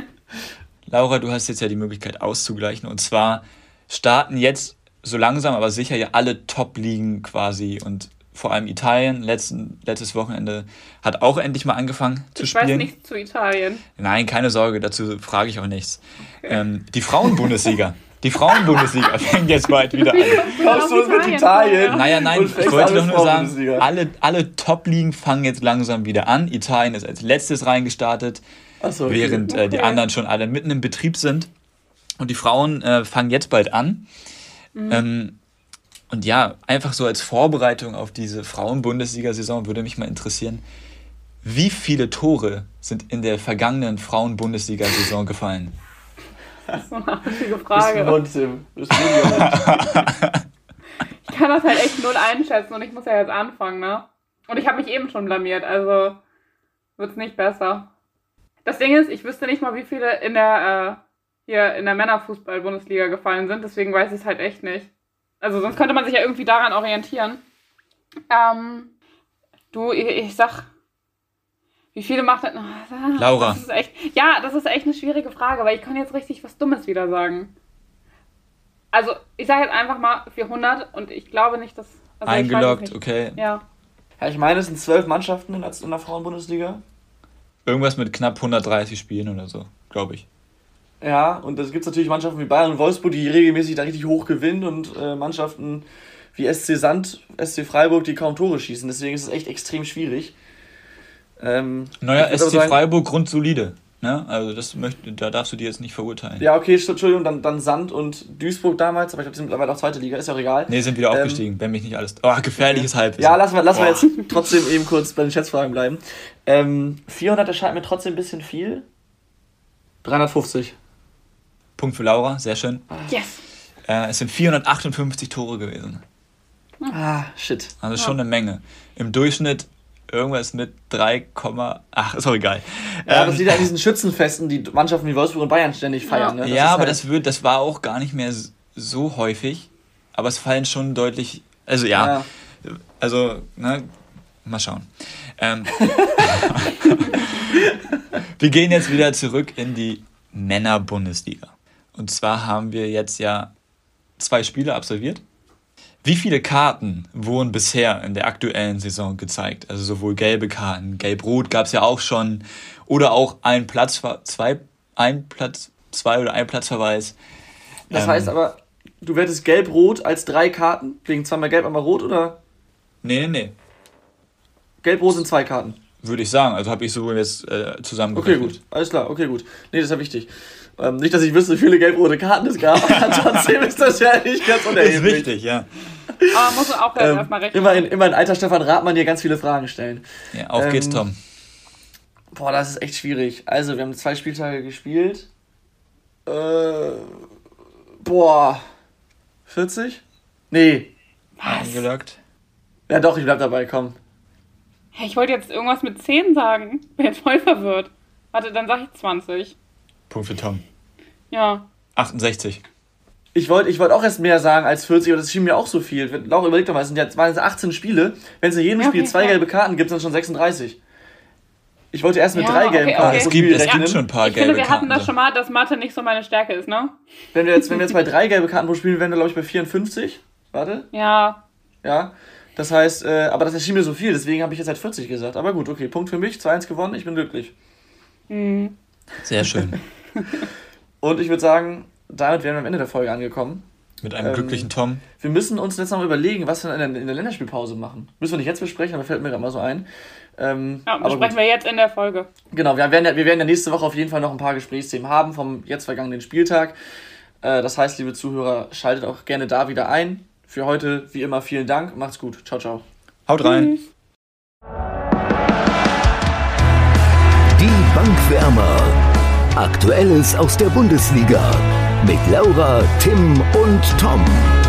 Laura, du hast jetzt ja die Möglichkeit auszugleichen. Und zwar starten jetzt so langsam, aber sicher ja alle Top-Ligen quasi. Und vor allem Italien, letzten, letztes Wochenende, hat auch endlich mal angefangen zu Ich weiß spielen. nichts zu Italien. Nein, keine Sorge, dazu frage ich auch nichts. Ähm, die Frauen-Bundesliga. Die Frauen-Bundesliga fängt jetzt bald wieder an. Kommst du uns mit Italien? Naja, nein, Und ich fängst wollte an doch mit nur sagen, Frauenbundesliga. alle, alle Top-Ligen fangen jetzt langsam wieder an. Italien ist als letztes reingestartet, Ach so, okay. während äh, die Okay. anderen schon alle mitten im Betrieb sind. Und die Frauen äh, fangen jetzt bald an. Ähm, und ja, einfach so als Vorbereitung auf diese Frauen-Bundesliga-Saison würde mich mal interessieren, wie viele Tore sind in der vergangenen Frauen-Bundesliga-Saison gefallen? Das ist so eine artige Bist du Frage. Mund, Tim. Bist du Mund. Ich kann das halt echt null einschätzen und ich muss ja jetzt anfangen, ne? Und ich habe mich eben schon blamiert, also wird's nicht besser. Das Ding ist, ich wüsste nicht mal, wie viele in der, äh, hier in der Männerfußball-Bundesliga gefallen sind, deswegen weiß ich es halt echt nicht. Also sonst könnte man sich ja irgendwie daran orientieren. Ähm, du, ich, ich sag, wie viele macht das? Oh, Laura. Das ist echt, ja, das ist echt eine schwierige Frage, weil ich kann jetzt richtig was Dummes wieder sagen. Also, ich sage jetzt einfach mal vierhundert und ich glaube nicht, dass... Also ich weiß es Eingeloggt, nicht. okay. Ja. Ja, ich meine, es sind zwölf Mannschaften in der, in der Frauenbundesliga. Irgendwas mit knapp hundertdreißig Spielen oder so, glaube ich. Ja, und es gibt natürlich Mannschaften wie Bayern und Wolfsburg, die regelmäßig da richtig hoch gewinnen und äh, Mannschaften wie S C Sand, S C Freiburg, die kaum Tore schießen. Deswegen ist es echt extrem schwierig. Ähm, Naja, ich würd S aber C sagen- Freiburg grundsolide. Ne? Also das möchte, da darfst du dir jetzt nicht verurteilen. Ja, okay, Entschuldigung, dann, dann Sand und Duisburg damals, aber ich glaube, die sind mittlerweile auch zweite Liga, ist ja auch egal. Nee, sind wieder Ähm, aufgestiegen, wenn mich nicht alles... Oh, gefährliches Halbwissen. Ja, lassen wir, lassen wir Boah. jetzt trotzdem eben kurz bei den Schätzfragen bleiben. Ähm, vierhundert erscheint mir trotzdem ein bisschen viel. dreihundertfünfzig. Punkt für Laura, sehr schön. Yes. Äh, es sind vierhundertachtundfünfzig Tore gewesen. Ah, shit. Also schon eine Menge. Im Durchschnitt irgendwas mit drei, ach, ist auch egal. Ja, Ähm, das liegt an diesen Schützenfesten, die Mannschaften wie Wolfsburg und Bayern ständig feiern. Ne? Das ja, ist aber halt- das wird, das war auch gar nicht mehr s- so häufig. Aber es fallen schon deutlich, also ja, Ja. also, ne, mal schauen. Ähm, wir gehen jetzt wieder zurück in die Männer-Bundesliga. Und zwar haben wir jetzt ja zwei Spiele absolviert. Wie viele Karten wurden bisher in der aktuellen Saison gezeigt? Also sowohl gelbe Karten, gelb-rot gab es ja auch schon, oder auch ein Platz, zwei, ein Platz, zwei oder ein Platzverweis. Das Ähm, heißt aber, du wertest gelb-rot als drei Karten, wegen zweimal gelb, einmal rot, oder? Nee, nee, nee, Gelb-rot sind zwei Karten. würde ich sagen. Also habe ich so jetzt äh, Okay, zusammengerechnet. gut. Alles klar, okay, gut. Nee, das ist ja wichtig. Ähm, nicht, dass ich wüsste, wie viele gelb-rote Karten es gab, aber trotzdem ist das ja nicht ganz Das ist unerheblich. wichtig, ja. Aber man muss auch Ähm, erstmal rechnen. immerhin, immerhin, alter Stefan Rathmann hier ganz viele Fragen stellen. Ja, auf Ähm, geht's, Tom. Boah, das ist echt schwierig. Also, wir haben zwei Spieltage gespielt. Äh, boah, vierzig? Nee. Eingeloggt. Ja doch, ich bleib dabei, komm. Hey, ich wollte jetzt irgendwas mit zehn sagen. Bin jetzt voll verwirrt. Warte, dann sag ich zwanzig. Punkt für Tom. Ja. achtundsechzig. Ich wollte ich wollt auch erst mehr sagen als vierzig, aber das schien mir auch so viel. Laura, überleg doch mal, es sind jetzt, waren jetzt achtzehn Spiele. Wenn es in jedem Ja, Spiel okay, zwei klar. gelbe Karten gibt, sind es schon sechsunddreißig. Ich wollte erst mit Ja, drei okay, gelben okay. Karten Es pro gibt- Spiel es gibt rechnen. schon ein paar Ich gelbe finde, wir Karten. hatten das schon mal, dass Mathe nicht so meine Stärke ist, ne? Wenn wir jetzt, wenn wir jetzt bei drei gelbe Karten pro Spiel wären wir, glaube ich, bei vierundfünfzig. Warte. Ja. Ja. Das heißt, äh, aber das erschien mir so viel, deswegen habe ich jetzt halt vierzig gesagt. Aber gut, okay, Punkt für mich, zwei eins gewonnen, ich bin glücklich. Mhm. Sehr schön. Und ich würde sagen, damit wären wir am Ende der Folge angekommen. Mit einem Ähm, glücklichen Tom. Wir müssen uns jetzt noch mal überlegen, was wir in der, in der Länderspielpause machen. Müssen wir nicht jetzt besprechen, aber fällt mir gerade mal so ein. Ähm, Ja, aber besprechen gut. wir jetzt in der Folge. Genau, wir werden, ja, wir werden ja nächste Woche auf jeden Fall noch ein paar Gesprächsthemen haben vom jetzt vergangenen Spieltag. Äh, das heißt, liebe Zuhörer, schaltet auch gerne da wieder ein. Für heute, wie immer, vielen Dank. Macht's gut. Ciao, ciao. Haut rein. Tschüss. Die Bankwärmer. Aktuelles aus der Bundesliga. Mit Laura, Tim und Tom.